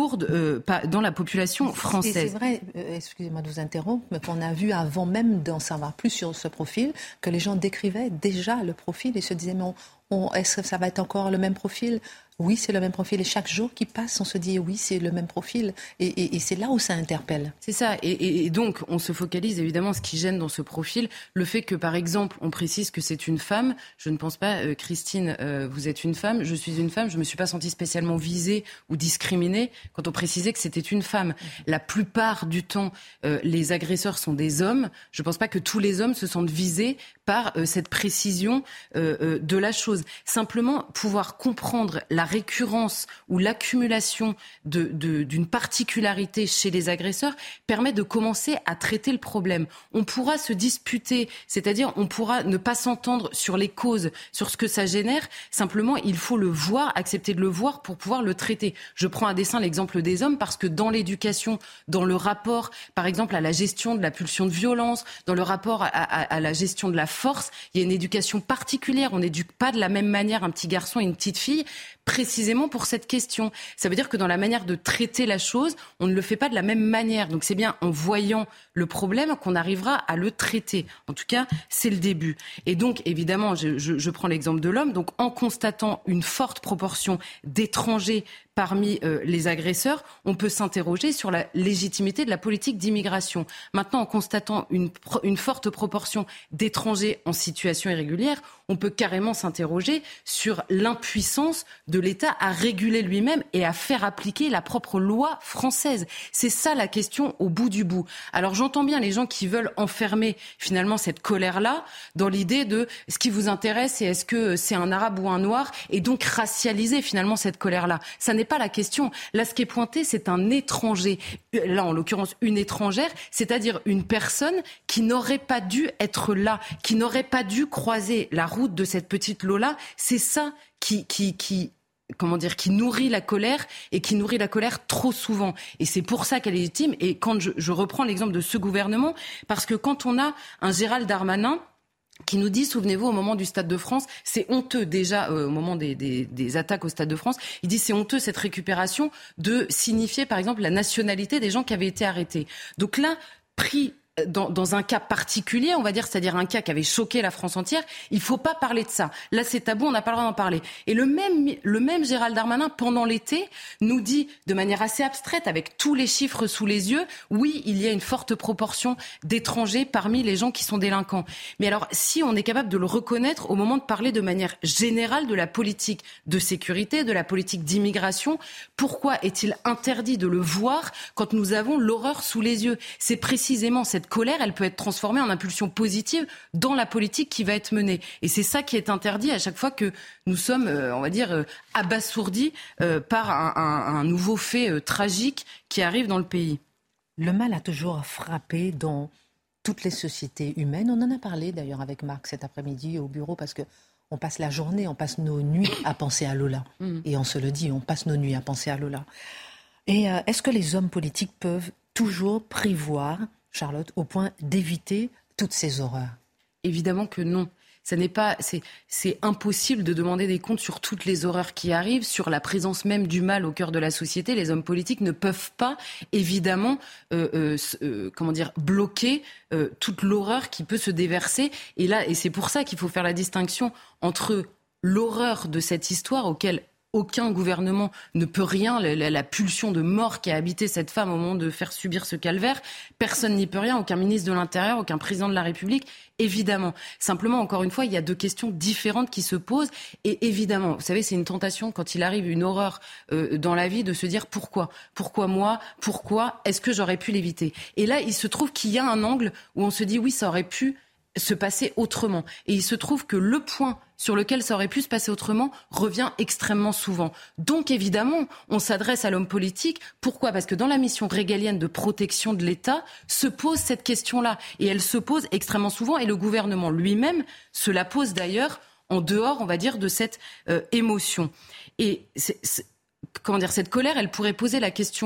dans la population française. C'est vrai, excusez-moi de vous interrompre, mais qu'on a vu avant même d'en savoir plus sur ce profil, que les gens décrivaient déjà le profil et se disaient mais est-ce que ça va être encore le même profil ? Oui, c'est le même profil. Et chaque jour qui passe, on se dit oui, c'est le même profil. Et c'est là où ça interpelle. C'est ça. Et donc, on se focalise évidemment ce qui gêne dans ce profil. Le fait que, par exemple, on précise que c'est une femme. Je ne pense pas, Christine, vous êtes une femme, je suis une femme. Je ne me suis pas sentie spécialement visée ou discriminée quand on précisait que c'était une femme. La plupart du temps, les agresseurs sont des hommes. Je ne pense pas que tous les hommes se sentent visés par cette précision de la chose. Simplement, pouvoir comprendre la récurrence ou l'accumulation d'une particularité chez les agresseurs permet de commencer à traiter le problème. On pourra se disputer, c'est-à-dire on pourra ne pas s'entendre sur les causes, sur ce que ça génère. Simplement, il faut le voir, accepter de le voir pour pouvoir le traiter. Je prends à dessein l'exemple des hommes parce que dans l'éducation, dans le rapport, par exemple, à la gestion de la pulsion de violence, dans le rapport à la gestion de la force, il y a une éducation particulière. On n'éduque pas de la même manière un petit garçon et une petite fille, précisément pour cette question. Ça veut dire que dans la manière de traiter la chose, on ne le fait pas de la même manière. Donc c'est bien en voyant le problème qu'on arrivera à le traiter. En tout cas, c'est le début. Et donc, évidemment, je prends l'exemple de l'homme. Donc, en constatant une forte proportion d'étrangers parmi les agresseurs, on peut s'interroger sur la légitimité de la politique d'immigration. Maintenant, en constatant une forte proportion d'étrangers en situation irrégulière, on peut carrément s'interroger sur l'impuissance de l'État à réguler lui-même et à faire appliquer la propre loi française. C'est ça la question au bout du bout. Alors j'entends bien les gens qui veulent enfermer finalement cette colère-là dans l'idée de ce qui vous intéresse et est-ce que c'est un arabe ou un noir et donc racialiser finalement cette colère-là. Ça n'est pas la question. Là, ce qui est pointé, c'est un étranger. Là, en l'occurrence, une étrangère, c'est-à-dire une personne qui n'aurait pas dû être là, qui n'aurait pas dû croiser la route de cette petite Lola. C'est ça qui nourrit la colère et qui nourrit la colère trop souvent. Et c'est pour ça qu'elle est légitime. Et quand je reprends l'exemple de ce gouvernement, parce que quand on a un Gérald Darmanin qui nous dit, souvenez-vous, au moment du Stade de France, c'est honteux déjà, au moment des attaques au Stade de France, il dit c'est honteux cette récupération de signifier par exemple la nationalité des gens qui avaient été arrêtés. Donc là, pris dans un cas particulier, on va dire, c'est-à-dire un cas qui avait choqué la France entière, il faut pas parler de ça. Là, c'est tabou, on n'a pas le droit d'en parler. Et le même Gérald Darmanin, pendant l'été, nous dit de manière assez abstraite, avec tous les chiffres sous les yeux, oui, il y a une forte proportion d'étrangers parmi les gens qui sont délinquants. Mais alors, si on est capable de le reconnaître au moment de parler de manière générale de la politique de sécurité, de la politique d'immigration, pourquoi est-il interdit de le voir quand nous avons l'horreur sous les yeux ? C'est précisément cette colère, elle peut être transformée en impulsion positive dans la politique qui va être menée. Et c'est ça qui est interdit à chaque fois que nous sommes, on va dire, abasourdis par un nouveau fait tragique qui arrive dans le pays. Le mal a toujours frappé dans toutes les sociétés humaines. On en a parlé d'ailleurs avec Marc cet après-midi au bureau parce que on passe la journée, on passe nos nuits à penser à Lola. Et on se le dit, on passe nos nuits à penser à Lola. Et est-ce que les hommes politiques peuvent toujours prévoir, Charlotte, au point d'éviter toutes ces horreurs ? Évidemment que non. Ça n'est pas, c'est impossible de demander des comptes sur toutes les horreurs qui arrivent, sur la présence même du mal au cœur de la société. Les hommes politiques ne peuvent pas, évidemment, bloquer toute l'horreur qui peut se déverser. Et c'est pour ça qu'il faut faire la distinction entre l'horreur de cette histoire auquel aucun gouvernement ne peut rien, la pulsion de mort qui a habité cette femme au moment de faire subir ce calvaire, personne n'y peut rien, aucun ministre de l'Intérieur, aucun président de la République, évidemment. Simplement, encore une fois, il y a deux questions différentes qui se posent et évidemment, vous savez, c'est une tentation quand il arrive une horreur dans la vie de se dire pourquoi ? Pourquoi moi ? Pourquoi est-ce que j'aurais pu l'éviter ? Et là, il se trouve qu'il y a un angle où on se dit oui, ça aurait pu se passer autrement. Et il se trouve que le point sur lequel ça aurait pu se passer autrement revient extrêmement souvent. Donc évidemment, on s'adresse à l'homme politique. Pourquoi ? Parce que dans la mission régalienne de protection de l'État se pose cette question-là. Et elle se pose extrêmement souvent et le gouvernement lui-même se la pose d'ailleurs en dehors, on va dire, de cette émotion. Et cette colère, elle pourrait poser la question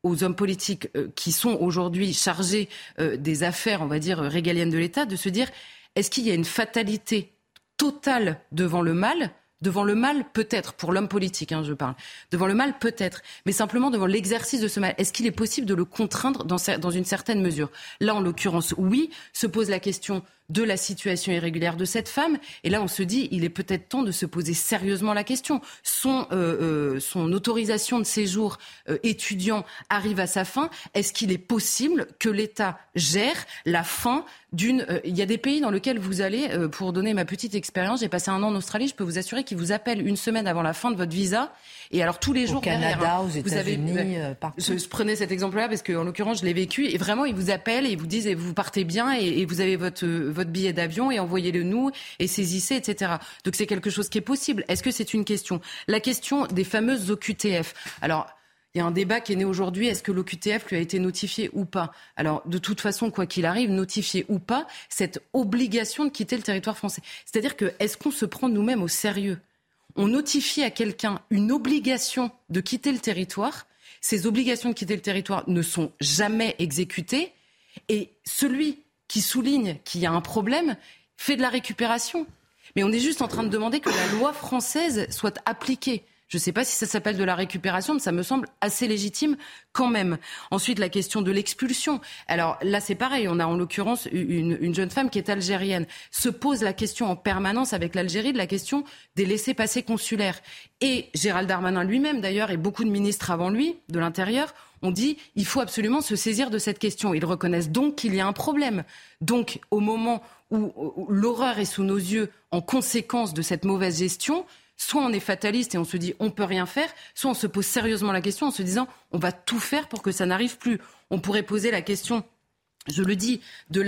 aux hommes politiques qui sont aujourd'hui chargés des affaires, on va dire, régaliennes de l'État, de se dire, est-ce qu'il y a une fatalité totale devant le mal ? Devant le mal, peut-être, pour l'homme politique, je parle. Devant le mal, peut-être. Mais simplement devant l'exercice de ce mal. Est-ce qu'il est possible de le contraindre dans une certaine mesure ? Là, en l'occurrence, oui. Se pose la question de la situation irrégulière de cette femme. Et là, on se dit, il est peut-être temps de se poser sérieusement la question. Son autorisation de séjour étudiant arrive à sa fin. Est-ce qu'il est possible que l'État gère la fin d'une... Il y a des pays dans lesquels vous allez, pour donner ma petite expérience, j'ai passé 1 an en Australie, je peux vous assurer qu'ils vous appellent une semaine avant la fin de votre visa. Et alors tous les jours... Au Canada, aux États-Unis, partout. Je prenais cet exemple-là parce qu'en l'occurrence, je l'ai vécu. Et vraiment, ils vous appellent et ils vous disent, vous partez bien et vous avez votre billet d'avion et envoyez-le nous et saisissez, etc. Donc c'est quelque chose qui est possible. Est-ce que c'est une question ? La question des fameuses OQTF. Alors, il y a un débat qui est né aujourd'hui. Est-ce que l'OQTF lui a été notifié ou pas ? Alors, de toute façon, quoi qu'il arrive, notifié ou pas, cette obligation de quitter le territoire français. C'est-à-dire que, est-ce qu'on se prend nous-mêmes au sérieux ? On notifie à quelqu'un une obligation de quitter le territoire. Ces obligations de quitter le territoire ne sont jamais exécutées. Et celui qui souligne qu'il y a un problème fait de la récupération. Mais on est juste en train de demander que la loi française soit appliquée. Je ne sais pas si ça s'appelle de la récupération, mais ça me semble assez légitime quand même. Ensuite, la question de l'expulsion. Alors là, c'est pareil. On a en l'occurrence une jeune femme qui est algérienne. Se pose la question en permanence avec l'Algérie de la question des laissez-passer consulaires. Et Gérald Darmanin lui-même, d'ailleurs, et beaucoup de ministres avant lui, de l'Intérieur, ont dit il faut absolument se saisir de cette question. Ils reconnaissent donc qu'il y a un problème. Donc, au moment où l'horreur est sous nos yeux en conséquence de cette mauvaise gestion, soit on est fataliste et on se dit on peut rien faire, soit on se pose sérieusement la question en se disant on va tout faire pour que ça n'arrive plus. On pourrait poser la question, je le dis,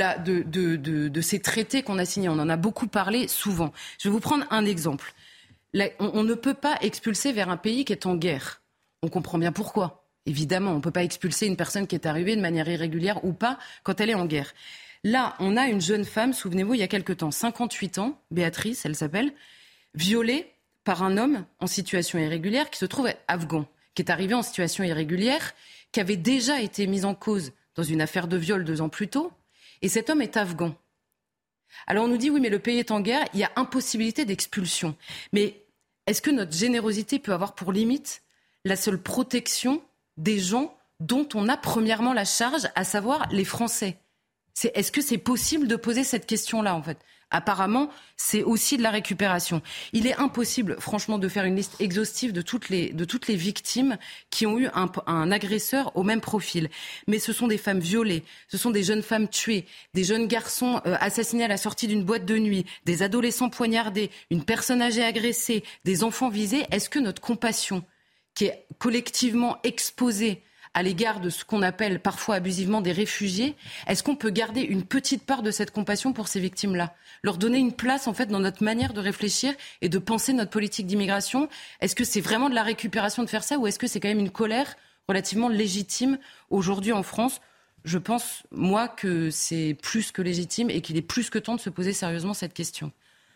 de ces traités qu'on a signés. On en a beaucoup parlé souvent. Je vais vous prendre un exemple. Là, on ne peut pas expulser vers un pays qui est en guerre. On comprend bien pourquoi. Évidemment, on ne peut pas expulser une personne qui est arrivée de manière irrégulière ou pas quand elle est en guerre. Là, on a une jeune femme, souvenez-vous, il y a quelque temps, 58 ans, Béatrice, elle s'appelle, violée par un homme en situation irrégulière qui se trouve afghan, qui est arrivé en situation irrégulière, qui avait déjà été mis en cause dans une affaire de viol 2 ans plus tôt, et cet homme est afghan. Alors on nous dit, oui, mais le pays est en guerre, il y a impossibilité d'expulsion. Mais est-ce que notre générosité peut avoir pour limite la seule protection des gens dont on a premièrement la charge, à savoir les Français ? Est-ce que c'est possible de poser cette question-là, en fait ? Apparemment, c'est aussi de la récupération. Il est impossible, franchement, de faire une liste exhaustive de toutes les victimes qui ont eu un agresseur au même profil. Mais ce sont des femmes violées, ce sont des jeunes femmes tuées, des jeunes garçons assassinés à la sortie d'une boîte de nuit, des adolescents poignardés, une personne âgée agressée, des enfants visés. Est-ce que notre compassion, qui est collectivement exposée à l'égard de ce qu'on appelle parfois abusivement des réfugiés, est-ce qu'on peut garder une petite part de cette compassion pour ces victimes-là ? Leur donner une place, en fait, dans notre manière de réfléchir et de penser notre politique d'immigration ? Est-ce que c'est vraiment de la récupération de faire ça, ou est-ce que c'est quand même une colère relativement légitime aujourd'hui en France ? Je pense, moi, que c'est plus que légitime et qu'il est plus que temps de se poser sérieusement cette question.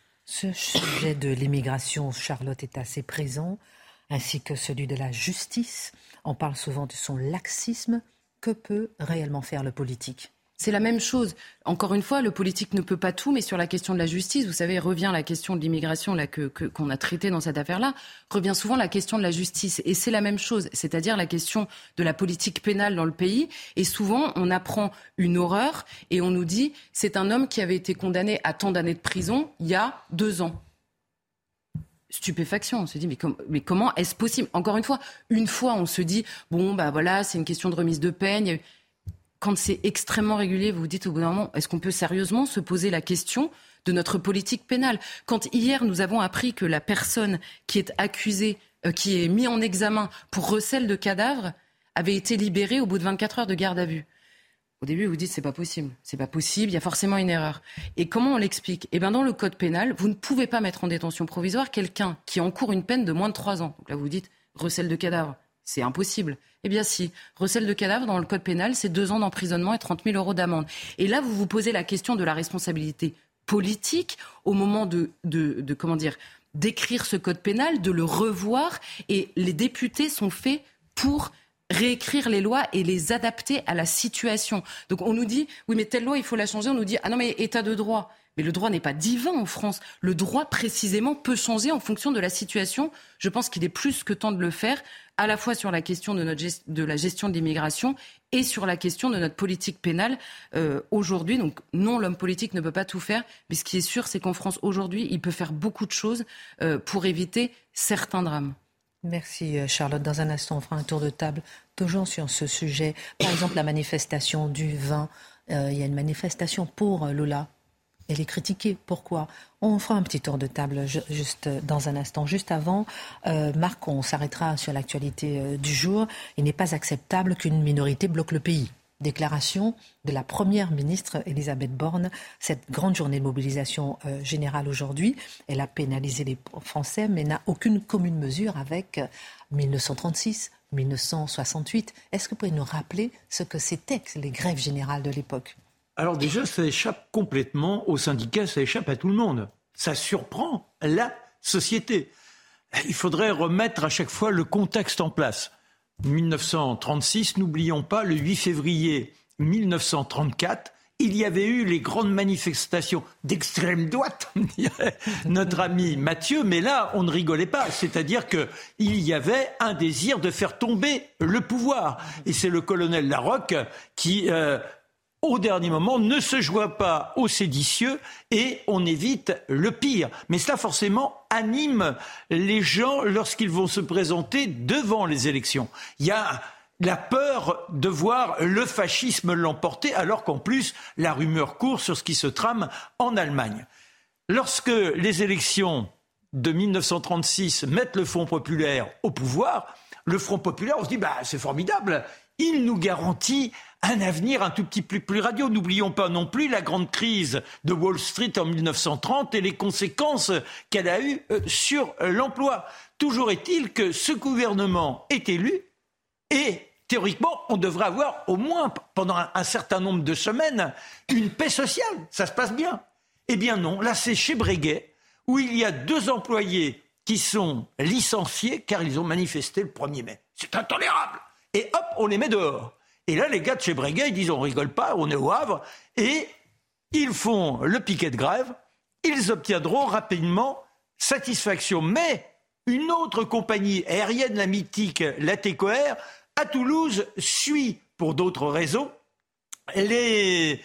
Ce sujet de l'immigration, Charlotte, est assez présent, ainsi que celui de la justice. On parle souvent de son laxisme. Que peut réellement faire le politique ? C'est la même chose. Encore une fois, le politique ne peut pas tout, mais sur la question de la justice, vous savez, revient la question de l'immigration là, qu'on a traitée dans cette affaire-là, revient souvent la question de la justice. Et c'est la même chose, c'est-à-dire la question de la politique pénale dans le pays. Et souvent, on apprend une horreur et on nous dit c'est un homme qui avait été condamné à tant d'années de prison il y a 2 ans. Stupéfaction, on se dit mais comment est-ce possible ? Encore une fois, on se dit bon bah voilà, c'est une question de remise de peine. Quand c'est extrêmement régulier, vous vous dites au bout d'un moment, est-ce qu'on peut sérieusement se poser la question de notre politique pénale ? Quand hier nous avons appris que la personne qui est accusée, qui est mise en examen pour recel de cadavres, avait été libérée au bout de 24 heures de garde à vue. Au début, vous dites c'est pas possible, il y a forcément une erreur. Et comment on l'explique ? Eh bien, dans le code pénal, vous ne pouvez pas mettre en détention provisoire quelqu'un qui encourt une peine de moins de 3 ans. Donc là, vous dites recel de cadavre, c'est impossible. Eh bien si, recel de cadavre dans le code pénal, c'est 2 ans d'emprisonnement et 30 000 € d'amende. Et là, vous vous posez la question de la responsabilité politique au moment d'écrire ce code pénal, de le revoir. Et les députés sont faits pour réécrire les lois et les adapter à la situation. Donc on nous dit, oui mais telle loi il faut la changer, on nous dit, ah non mais état de droit. Mais le droit n'est pas divin en France. Le droit, précisément, peut changer en fonction de la situation. Je pense qu'il est plus que temps de le faire, à la fois sur la question de la gestion de l'immigration et sur la question de notre politique pénale aujourd'hui. Donc non, l'homme politique ne peut pas tout faire. Mais ce qui est sûr, c'est qu'en France, aujourd'hui, il peut faire beaucoup de choses pour éviter certains drames. Merci Charlotte. Dans un instant, on fera un tour de table, toujours sur ce sujet. Par exemple, la manifestation du 20. Il y a une manifestation pour Lola. Elle est critiquée. Pourquoi ? On fera un petit tour de table juste dans un instant. Juste avant, Marc, on s'arrêtera sur l'actualité du jour. Il n'est pas acceptable qu'une minorité bloque le pays. Déclaration de la première ministre Elisabeth Borne. Cette grande journée de mobilisation générale aujourd'hui, elle a pénalisé les Français, mais n'a aucune commune mesure avec 1936, 1968. Est-ce que vous pouvez nous rappeler ce que c'était les grèves générales de l'époque ? Alors déjà, ça échappe complètement aux syndicats, ça échappe à tout le monde. Ça surprend la société. Il faudrait remettre à chaque fois le contexte en place. 1936, n'oublions pas, le 8 février 1934, il y avait eu les grandes manifestations d'extrême droite, dirait notre ami Mathieu, mais là, on ne rigolait pas. C'est-à-dire qu'il y avait un désir de faire tomber le pouvoir. Et c'est le colonel Larocque qui... au dernier moment, ne se joint pas aux séditieux et on évite le pire. Mais cela, forcément, anime les gens lorsqu'ils vont se présenter devant les élections. Il y a la peur de voir le fascisme l'emporter, alors qu'en plus, la rumeur court sur ce qui se trame en Allemagne. Lorsque les élections de 1936 mettent le Front populaire au pouvoir, le Front populaire, on se dit, c'est formidable, il nous garantit un avenir un tout petit peu plus radieux. N'oublions pas non plus la grande crise de Wall Street en 1930 et les conséquences qu'elle a eues sur l'emploi. Toujours est-il que ce gouvernement est élu et théoriquement, on devrait avoir au moins pendant un certain nombre de semaines une paix sociale. Ça se passe bien. Eh bien non, là c'est chez Breguet où il y a 2 employés qui sont licenciés car ils ont manifesté le 1er mai. C'est intolérable. Et hop, on les met dehors. Et là, les gars de chez Breguet, ils disent on rigole pas, on est au Havre, et ils font le piquet de grève, ils obtiendront rapidement satisfaction. Mais une autre compagnie aérienne, la mythique, la TECOR, à Toulouse, suit, pour d'autres raisons, les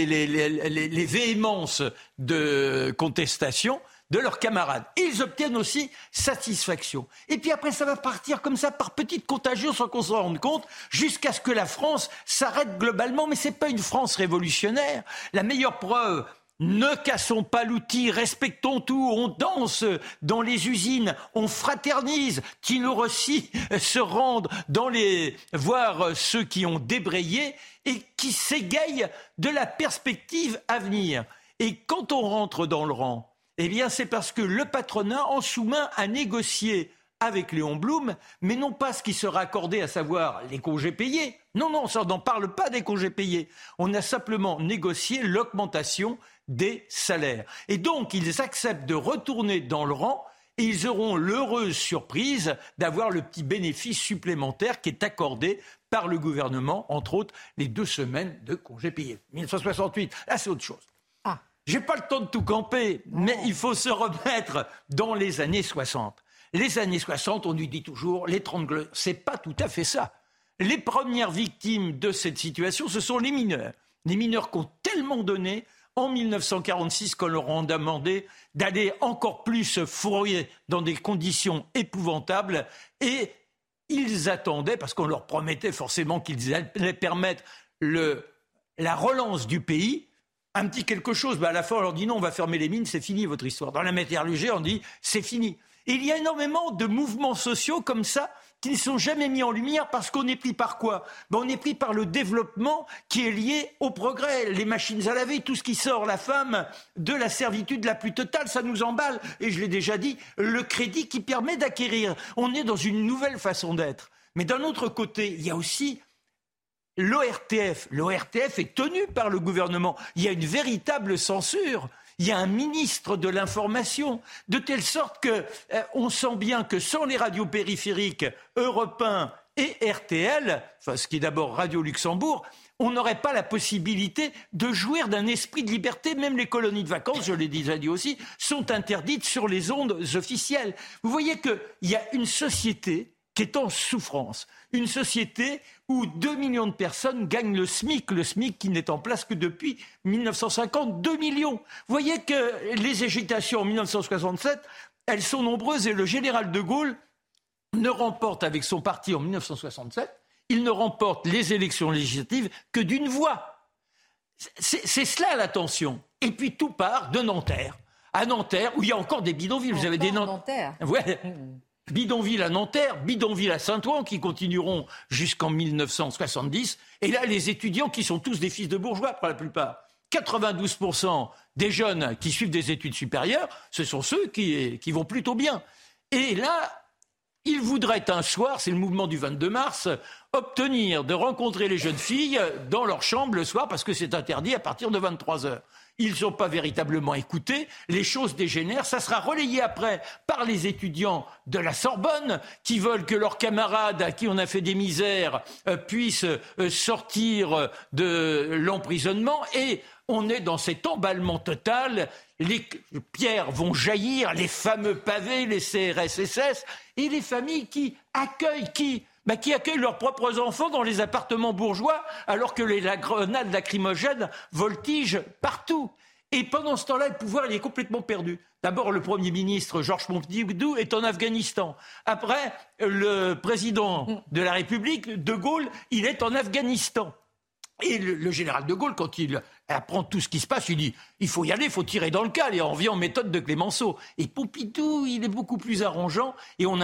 véhémences de contestation de leurs camarades. Ils obtiennent aussi satisfaction. Et puis après, ça va partir comme ça, par petites contagions, sans qu'on s'en rende compte, jusqu'à ce que la France s'arrête globalement. Mais c'est pas une France révolutionnaire. La meilleure preuve, ne cassons pas l'outil, respectons tout, on danse dans les usines, on fraternise. Tino Rossi se rende voir ceux qui ont débrayé et qui s'égayent de la perspective à venir. Et quand on rentre dans le rang, eh bien, c'est parce que le patronat, en sous-main, a négocié avec Léon Blum, mais non pas ce qui sera accordé, à savoir les congés payés. Non, ça n'en parle pas des congés payés. On a simplement négocié l'augmentation des salaires. Et donc, ils acceptent de retourner dans le rang et ils auront l'heureuse surprise d'avoir le petit bénéfice supplémentaire qui est accordé par le gouvernement, entre autres, les 2 semaines de congés payés. 1968, là, c'est autre chose. J'ai pas le temps de tout camper, mais il faut se remettre dans les années 60. Les années 60, on nous dit toujours, les 30 glorieuses. C'est pas tout à fait ça. Les premières victimes de cette situation, ce sont les mineurs. Les mineurs qui ont tellement donné en 1946 qu'on leur a demandé d'aller encore plus fourrer dans des conditions épouvantables et ils attendaient, parce qu'on leur promettait forcément qu'ils allaient permettre la relance du pays, un petit quelque chose, à la fin on leur dit non, on va fermer les mines, c'est fini votre histoire. Dans la métallurgie, on dit c'est fini. Et il y a énormément de mouvements sociaux comme ça qui ne sont jamais mis en lumière parce qu'on est pris par quoi ? On est pris par le développement qui est lié au progrès. Les machines à laver, tout ce qui sort la femme de la servitude la plus totale, ça nous emballe. Et je l'ai déjà dit, le crédit qui permet d'acquérir. On est dans une nouvelle façon d'être. Mais d'un autre côté, il y a aussi l'ORTF. L'ORTF est tenu par le gouvernement. Il y a une véritable censure. Il y a un ministre de l'information, de telle sorte que on sent bien que sans les radios périphériques, Europe 1 et RTL, ce qui est d'abord Radio Luxembourg, on n'aurait pas la possibilité de jouir d'un esprit de liberté. Même les colonies de vacances, je l'ai déjà dit aussi, sont interdites sur les ondes officielles. Vous voyez qu'il y a une société qui est en souffrance. Une société où 2 millions de personnes gagnent le SMIC qui n'est en place que depuis 1950, 2 millions. Vous voyez que les agitations en 1967, elles sont nombreuses et le général de Gaulle ne remporte avec son parti en 1967, il ne remporte les élections législatives que d'une voix. C'est cela la tension. Et puis tout part de Nanterre. À Nanterre, où il y a encore des bidonvilles. Vous avez des Nanterre. Ouais. Bidonville à Nanterre, bidonville à Saint-Ouen, qui continueront jusqu'en 1970. Et là, les étudiants qui sont tous des fils de bourgeois, pour la plupart. 92% des jeunes qui suivent des études supérieures, ce sont ceux qui vont plutôt bien. Et là, ils voudraient un soir, c'est le mouvement du 22 mars, obtenir de rencontrer les jeunes filles dans leur chambre le soir, parce que c'est interdit à partir de 23h. Ils ne sont pas véritablement écoutés, les choses dégénèrent, ça sera relayé après par les étudiants de la Sorbonne qui veulent que leurs camarades à qui on a fait des misères puissent sortir de l'emprisonnement et on est dans cet emballement total, les pierres vont jaillir, les fameux pavés, les CRS-SS et les familles qui accueillent qui accueillent leurs propres enfants dans les appartements bourgeois alors que les grenades lacrymogènes voltigent partout. Et pendant ce temps-là, le pouvoir il est complètement perdu. D'abord, le Premier ministre Georges Pompidou est en Afghanistan. Après, le président de la République, De Gaulle, il est en Afghanistan. Et le général de Gaulle, quand il apprend tout ce qui se passe, il dit « il faut y aller, il faut tirer dans le cal » et on revient en méthode de Clémenceau. Et Pompidou, il est beaucoup plus arrangeant. Et on a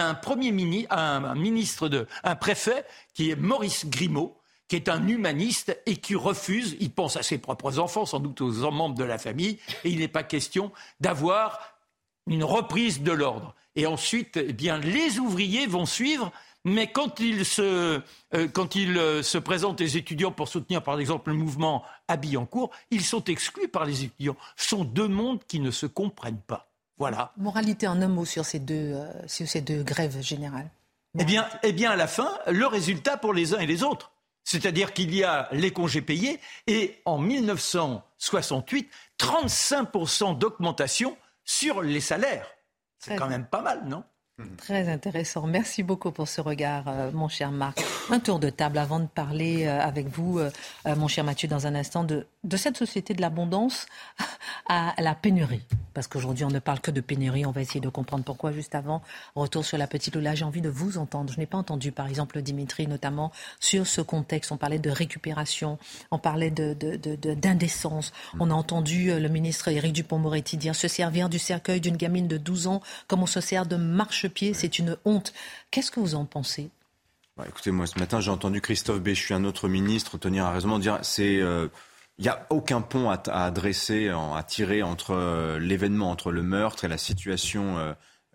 un préfet qui est Maurice Grimaud, qui est un humaniste et qui refuse, il pense à ses propres enfants, sans doute aux membres de la famille, et il n'est pas question d'avoir une reprise de l'ordre. Et ensuite, eh bien, les ouvriers vont suivre. Mais quand ils se présentent les étudiants pour soutenir, par exemple, le mouvement à Billancourt, ils sont exclus par les étudiants. Ce sont deux mondes qui ne se comprennent pas. Voilà. Moralité en un mot sur ces deux grèves générales. Eh bien, à la fin, le résultat pour les uns et les autres. C'est-à-dire qu'il y a les congés payés et en 1968, 35% d'augmentation sur les salaires. C'est quand même pas mal, non ? Très intéressant. Merci beaucoup pour ce regard, mon cher Marc. Un tour de table avant de parler avec vous, mon cher Mathieu, dans un instant, de cette société de l'abondance à la pénurie. Parce qu'aujourd'hui, on ne parle que de pénurie. On va essayer de comprendre pourquoi. Juste avant, retour sur la petite Lola. J'ai envie de vous entendre. Je n'ai pas entendu, par exemple, Dimitri, notamment sur ce contexte. On parlait de récupération, on parlait d'indécence. On a entendu le ministre Éric Dupond-Moretti dire se servir du cercueil d'une gamine de 12 ans comme on se sert de marchepied, c'est une honte. Qu'est-ce que vous en pensez ? Écoutez, moi, ce matin, j'ai entendu Christophe Béchu, un autre ministre, tenir à raison, dire il n'y a aucun pont à dresser, à tirer entre l'événement, entre le meurtre et la situation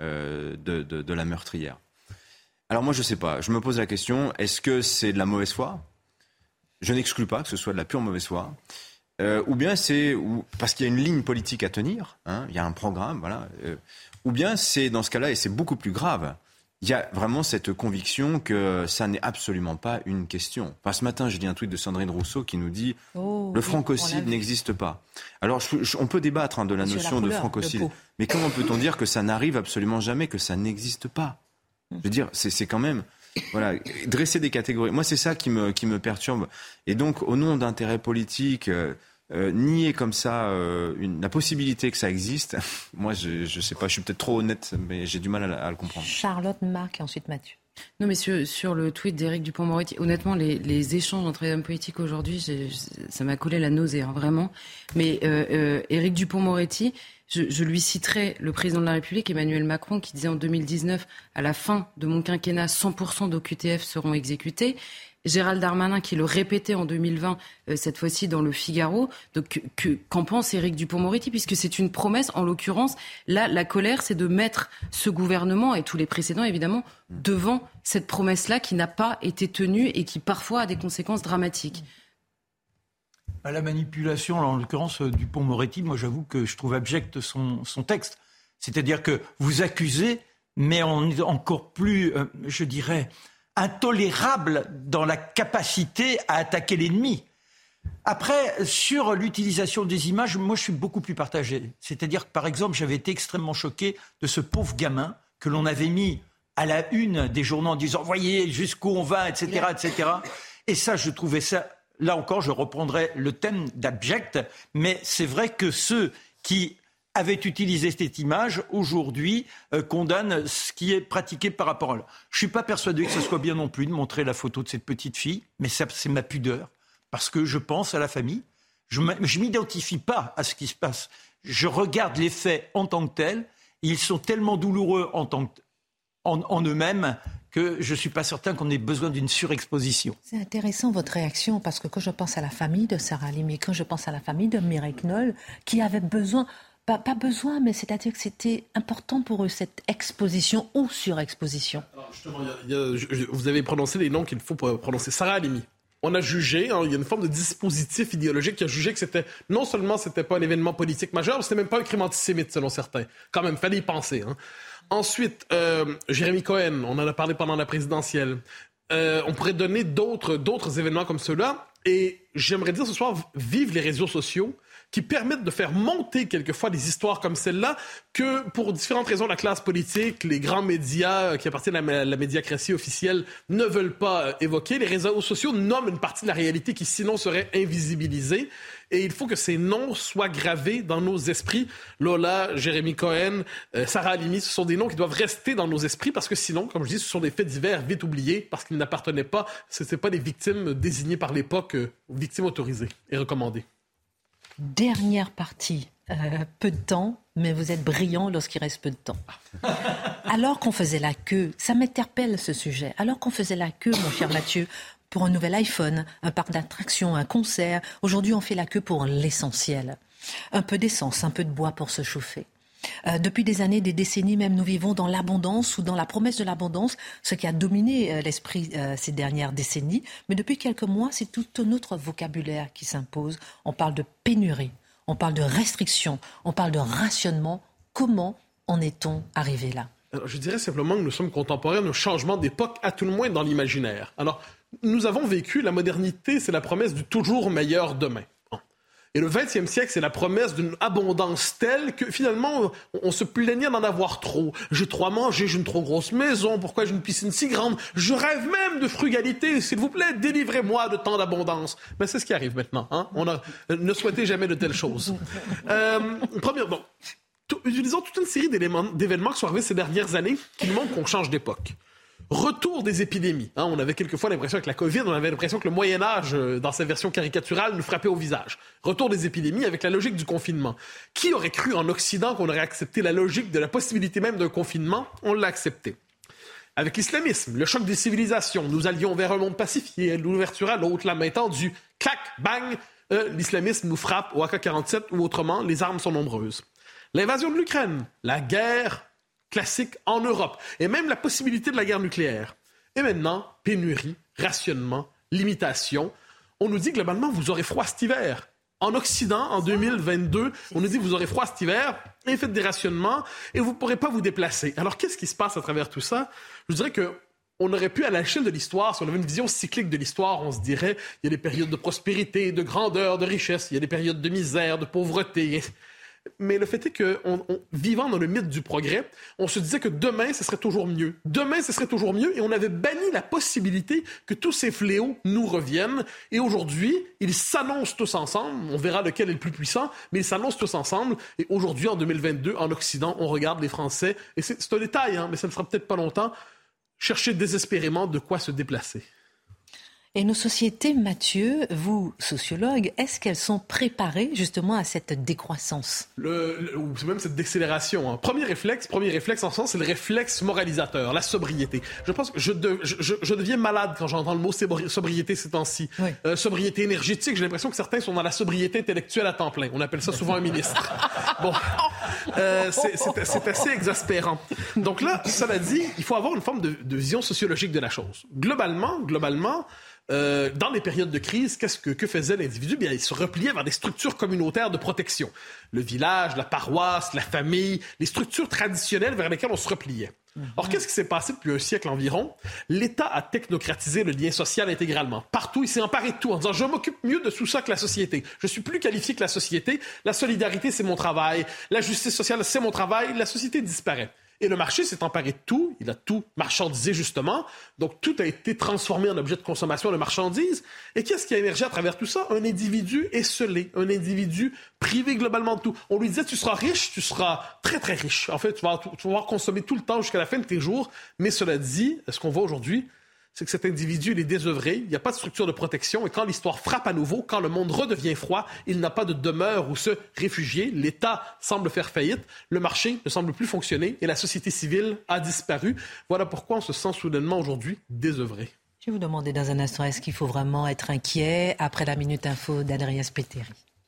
de la meurtrière. Alors moi, je ne sais pas. Je me pose la question, est-ce que c'est de la mauvaise foi ? Je n'exclus pas que ce soit de la pure mauvaise foi. Ou bien c'est parce qu'il y a une ligne politique à tenir, il y a un programme, voilà. Ou bien c'est dans ce cas-là, et c'est beaucoup plus grave, il y a vraiment cette conviction que ça n'est absolument pas une question. Enfin, ce matin, j'ai lu un tweet de Sandrine Rousseau qui nous dit le francocide n'existe pas. Alors, on peut débattre de la notion de francocide, mais comment peut-on dire que ça n'arrive absolument jamais, que ça n'existe pas ? Je veux dire, c'est quand même... Voilà, dresser des catégories. Moi, c'est ça qui me perturbe. Et donc, au nom d'intérêts politiques... nier comme ça la possibilité que ça existe, moi je sais pas, je suis peut-être trop honnête, mais j'ai du mal à le comprendre. Charlotte, Marc et ensuite Mathieu. Non, mais sur le tweet d'Éric Dupond-Moretti, honnêtement, les échanges entre les hommes politiques aujourd'hui, ça m'a collé la nausée, vraiment. Mais Éric Dupond-Moretti, je lui citerai le président de la République, Emmanuel Macron, qui disait en 2019, à la fin de mon quinquennat, 100% d'OQTF seront exécutés. Gérald Darmanin qui le répétait en 2020, cette fois-ci dans le Figaro. Donc, qu'en pense Éric Dupond-Moretti ? Puisque c'est une promesse, en l'occurrence, là, la colère, c'est de mettre ce gouvernement, et tous les précédents évidemment, devant cette promesse-là qui n'a pas été tenue et qui parfois a des conséquences dramatiques. À la manipulation, en l'occurrence Dupond-Moretti, moi j'avoue que je trouve abject son texte. C'est-à-dire que vous accusez, mais encore plus, je dirais... intolérable dans la capacité à attaquer l'ennemi. Après, sur l'utilisation des images, moi je suis beaucoup plus partagé. C'est-à-dire que par exemple, j'avais été extrêmement choqué de ce pauvre gamin que l'on avait mis à la une des journaux en disant « Voyez jusqu'où on va, etc. etc. » Et ça, je trouvais ça, là encore, je reprendrai le thème d'abject, mais c'est vrai que ceux qui avaient utilisé cette image, aujourd'hui, condamnent ce qui est pratiqué par rapport à là. Je ne suis pas persuadé que ce soit bien non plus de montrer la photo de cette petite fille, mais ça, c'est ma pudeur, parce que je pense à la famille. Je ne m'identifie pas à ce qui se passe. Je regarde les faits en tant que tels. Ils sont tellement douloureux en eux-mêmes que je ne suis pas certain qu'on ait besoin d'une surexposition. C'est intéressant votre réaction, parce que quand je pense à la famille de Sarah Halimi, quand je pense à la famille de Mireille Knoll, qui avait besoin... Pas besoin, mais c'est-à-dire que c'était important pour eux, cette exposition ou surexposition. Alors justement, vous avez prononcé les noms qu'il faut prononcer. Sarah Halimi. On a jugé, il y a une forme de dispositif idéologique qui a jugé que c'était, non seulement c'était pas un événement politique majeur, mais c'était même pas un crime antisémite, selon certains. Quand même, fallait y penser. Ensuite, Jérémy Cohen, on en a parlé pendant la présidentielle. On pourrait donner d'autres événements comme ceux-là. Et j'aimerais dire ce soir, vive les réseaux sociaux, qui permettent de faire monter quelquefois des histoires comme celle-là que, pour différentes raisons, la classe politique, les grands médias qui appartiennent à la médiacratie officielle ne veulent pas évoquer. Les réseaux sociaux nomment une partie de la réalité qui sinon serait invisibilisée. Et il faut que ces noms soient gravés dans nos esprits. Lola, Jérémy Cohen, Sarah Halimi, ce sont des noms qui doivent rester dans nos esprits parce que sinon, comme je dis, ce sont des faits divers vite oubliés parce qu'ils n'appartenaient pas, ce n'étaient pas des victimes désignées par l'époque, victimes autorisées et recommandées. Dernière partie, peu de temps, mais vous êtes brillant lorsqu'il reste peu de temps. Alors qu'on faisait la queue, ça m'interpelle ce sujet, alors qu'on faisait la queue, mon cher Mathieu, pour un nouvel iPhone, un parc d'attractions, un concert, aujourd'hui on fait la queue pour l'essentiel. Un peu d'essence, un peu de bois pour se chauffer. Depuis des années, des décennies même, nous vivons dans l'abondance ou dans la promesse de l'abondance, ce qui a dominé l'esprit ces dernières décennies. Mais depuis quelques mois, c'est tout un autre vocabulaire qui s'impose. On parle de pénurie, on parle de restriction, on parle de rationnement. Comment en est-on arrivé là ? Alors, je dirais simplement que nous sommes contemporains d'un changement d'époque, à tout le moins dans l'imaginaire. Alors, nous avons vécu, la modernité, c'est la promesse du toujours meilleur demain. Et le 20e siècle, c'est la promesse d'une abondance telle que finalement, on se plaignait d'en avoir trop. J'ai trop à manger, j'ai une trop grosse maison, pourquoi j'ai une piscine si grande? Je rêve même de frugalité, s'il vous plaît, délivrez-moi de tant d'abondance. Mais c'est ce qui arrive maintenant. Ne souhaitez jamais de telles choses. Premièrement, utilisons toute une série d'événements qui sont arrivés ces dernières années qui nous montrent qu'on change d'époque. Retour des épidémies. On avait quelquefois l'impression avec la COVID, on avait l'impression que le Moyen-Âge, dans sa version caricaturale, nous frappait au visage. Retour des épidémies avec la logique du confinement. Qui aurait cru en Occident qu'on aurait accepté la logique de la possibilité même d'un confinement? On l'a accepté. Avec l'islamisme, le choc des civilisations, nous allions vers un monde pacifié, l'ouverture à l'autre, la main tendue. Clac, bang, l'islamisme nous frappe au AK-47 ou autrement, les armes sont nombreuses. L'invasion de l'Ukraine, la guerre classique en Europe, et même la possibilité de la guerre nucléaire. Et maintenant, pénurie, rationnement, limitation. On nous dit globalement, vous aurez froid cet hiver. En Occident, en 2022, on nous dit, vous aurez froid cet hiver, et faites des rationnements, et vous ne pourrez pas vous déplacer. Alors, qu'est-ce qui se passe à travers tout ça? Je dirais qu'on aurait pu, à la chaîne de l'histoire, si on avait une vision cyclique de l'histoire, on se dirait, il y a des périodes de prospérité, de grandeur, de richesse, il y a des périodes de misère, de pauvreté. Mais le fait est que, vivant dans le mythe du progrès, on se disait que demain, ce serait toujours mieux. Demain, ce serait toujours mieux. Et on avait banni la possibilité que tous ces fléaux nous reviennent. Et aujourd'hui, ils s'annoncent tous ensemble. On verra lequel est le plus puissant, mais ils s'annoncent tous ensemble. Et aujourd'hui, en 2022, en Occident, on regarde les Français. Et c'est un détail, mais ça ne fera peut-être pas longtemps. Chercher désespérément de quoi se déplacer. Et nos sociétés, Mathieu, vous, sociologue, est-ce qu'elles sont préparées justement à cette décroissance? Ou même cette décélération. Premier réflexe en ce sens, c'est le réflexe moralisateur, la sobriété. Je pense que je deviens malade quand j'entends le mot sobriété ces temps-ci. Oui. Sobriété énergétique, j'ai l'impression que certains sont dans la sobriété intellectuelle à temps plein. On appelle ça souvent un ministre. Bon, c'est assez exaspérant. Donc là, cela dit, il faut avoir une forme de vision sociologique de la chose. Globalement, dans les périodes de crise, que faisait l'individu? Bien, il se repliait vers des structures communautaires de protection. Le village, la paroisse, la famille, les structures traditionnelles vers lesquelles on se repliait. Or, qu'est-ce qui s'est passé depuis un siècle environ? L'État a technocratisé le lien social intégralement. Partout, il s'est emparé de tout en disant « je m'occupe mieux de tout ça que la société. Je suis plus qualifié que la société. La solidarité, c'est mon travail. La justice sociale, c'est mon travail. La société disparaît. » Et le marché s'est emparé de tout. Il a tout marchandisé, justement. Donc, tout a été transformé en objet de consommation de marchandises. Et qu'est-ce qui a émergé à travers tout ça? Un individu esselé, un individu privé globalement de tout. On lui disait, tu seras riche, tu seras très, très riche. En fait, tu vas pouvoir consommer tout le temps jusqu'à la fin de tes jours. Mais cela dit, ce qu'on voit aujourd'hui, c'est que cet individu, il est désœuvré, il n'y a pas de structure de protection, et quand l'histoire frappe à nouveau, quand le monde redevient froid, il n'a pas de demeure où se réfugier, l'État semble faire faillite, le marché ne semble plus fonctionner, et la société civile a disparu. Voilà pourquoi on se sent soudainement aujourd'hui désœuvré. Je vais vous demander dans un instant, est-ce qu'il faut vraiment être inquiet après la Minute Info d'Adrien Spiteri?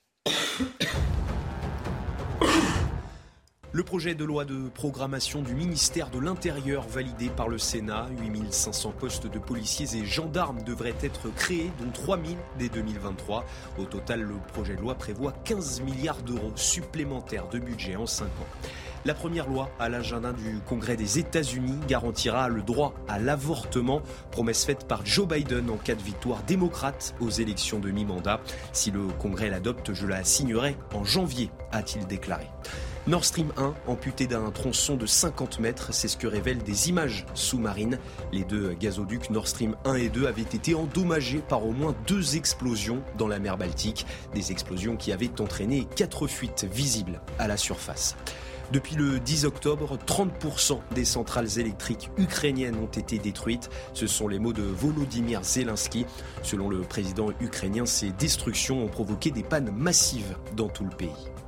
Le projet de loi de programmation du ministère de l'Intérieur validé par le Sénat, 8500 postes de policiers et gendarmes devraient être créés, dont 3000 dès 2023. Au total, le projet de loi prévoit 15 milliards d'euros supplémentaires de budget en 5 ans. La première loi à l'agenda du Congrès des États-Unis garantira le droit à l'avortement, promesse faite par Joe Biden en cas de victoire démocrate aux élections de mi-mandat. Si le Congrès l'adopte, je la signerai en janvier, a-t-il déclaré. Nord Stream 1, amputé d'un tronçon de 50 mètres, c'est ce que révèlent des images sous-marines. Les deux gazoducs Nord Stream 1 et 2 avaient été endommagés par au moins 2 explosions dans la mer Baltique. Des explosions qui avaient entraîné 4 fuites visibles à la surface. Depuis le 10 octobre, 30% des centrales électriques ukrainiennes ont été détruites. Ce sont les mots de Volodymyr Zelensky. Selon le président ukrainien, ces destructions ont provoqué des pannes massives dans tout le pays.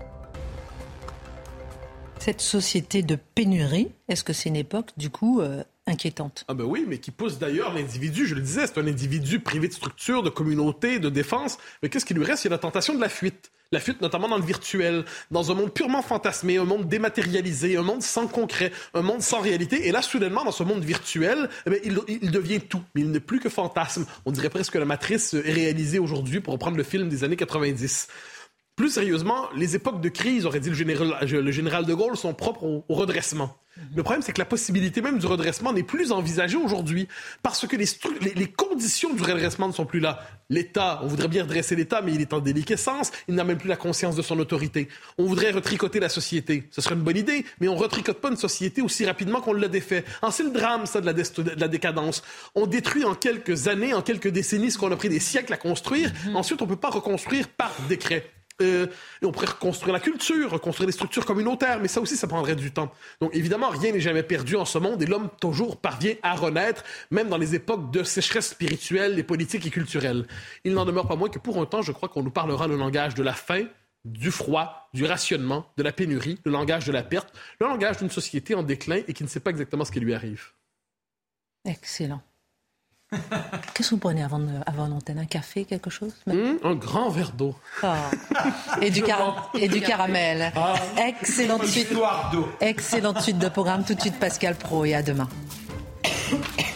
Cette société de pénurie, est-ce que c'est une époque, du coup, inquiétante? Ah ben oui, mais qui pousse d'ailleurs l'individu, je le disais, c'est un individu privé de structure, de communauté, de défense. Mais qu'est-ce qui lui reste? Il y a la tentation de la fuite. La fuite notamment dans le virtuel, dans un monde purement fantasmé, un monde dématérialisé, un monde sans concret, un monde sans réalité. Et là, soudainement, dans ce monde virtuel, eh bien, il devient tout. Mais il n'est plus que fantasme. On dirait presque que la matrice est réalisée aujourd'hui, pour reprendre le film des années 90. Plus sérieusement, les époques de crise, aurait dit le général de Gaulle, sont propres au redressement. Le problème, c'est que la possibilité même du redressement n'est plus envisagée aujourd'hui parce que les conditions du redressement ne sont plus là. L'État, on voudrait bien redresser l'État, mais il est en déliquescence, il n'a même plus la conscience de son autorité. On voudrait retricoter la société. Ce serait une bonne idée, mais on ne retricote pas une société aussi rapidement qu'on l'a défait. C'est le drame, ça, de la décadence. On détruit en quelques années, en quelques décennies, ce qu'on a pris des siècles à construire. Ensuite, on ne peut pas reconstruire par décret. Et on pourrait reconstruire la culture, reconstruire les structures communautaires, mais ça aussi, ça prendrait du temps. Donc évidemment, rien n'est jamais perdu en ce monde et l'homme toujours parvient à renaître, même dans les époques de sécheresse spirituelle, et politique et culturelle. Il n'en demeure pas moins que pour un temps, je crois qu'on nous parlera le langage de la faim, du froid, du rationnement, de la pénurie, le langage de la perte, le langage d'une société en déclin et qui ne sait pas exactement ce qui lui arrive. Excellent. Qu'est-ce que vous prenez avant l'antenne? Un café, quelque chose? Un grand verre d'eau. Oh. Et du caramel. Ah. Excellente suite de programme. Tout de suite, Pascal Praud, et à demain.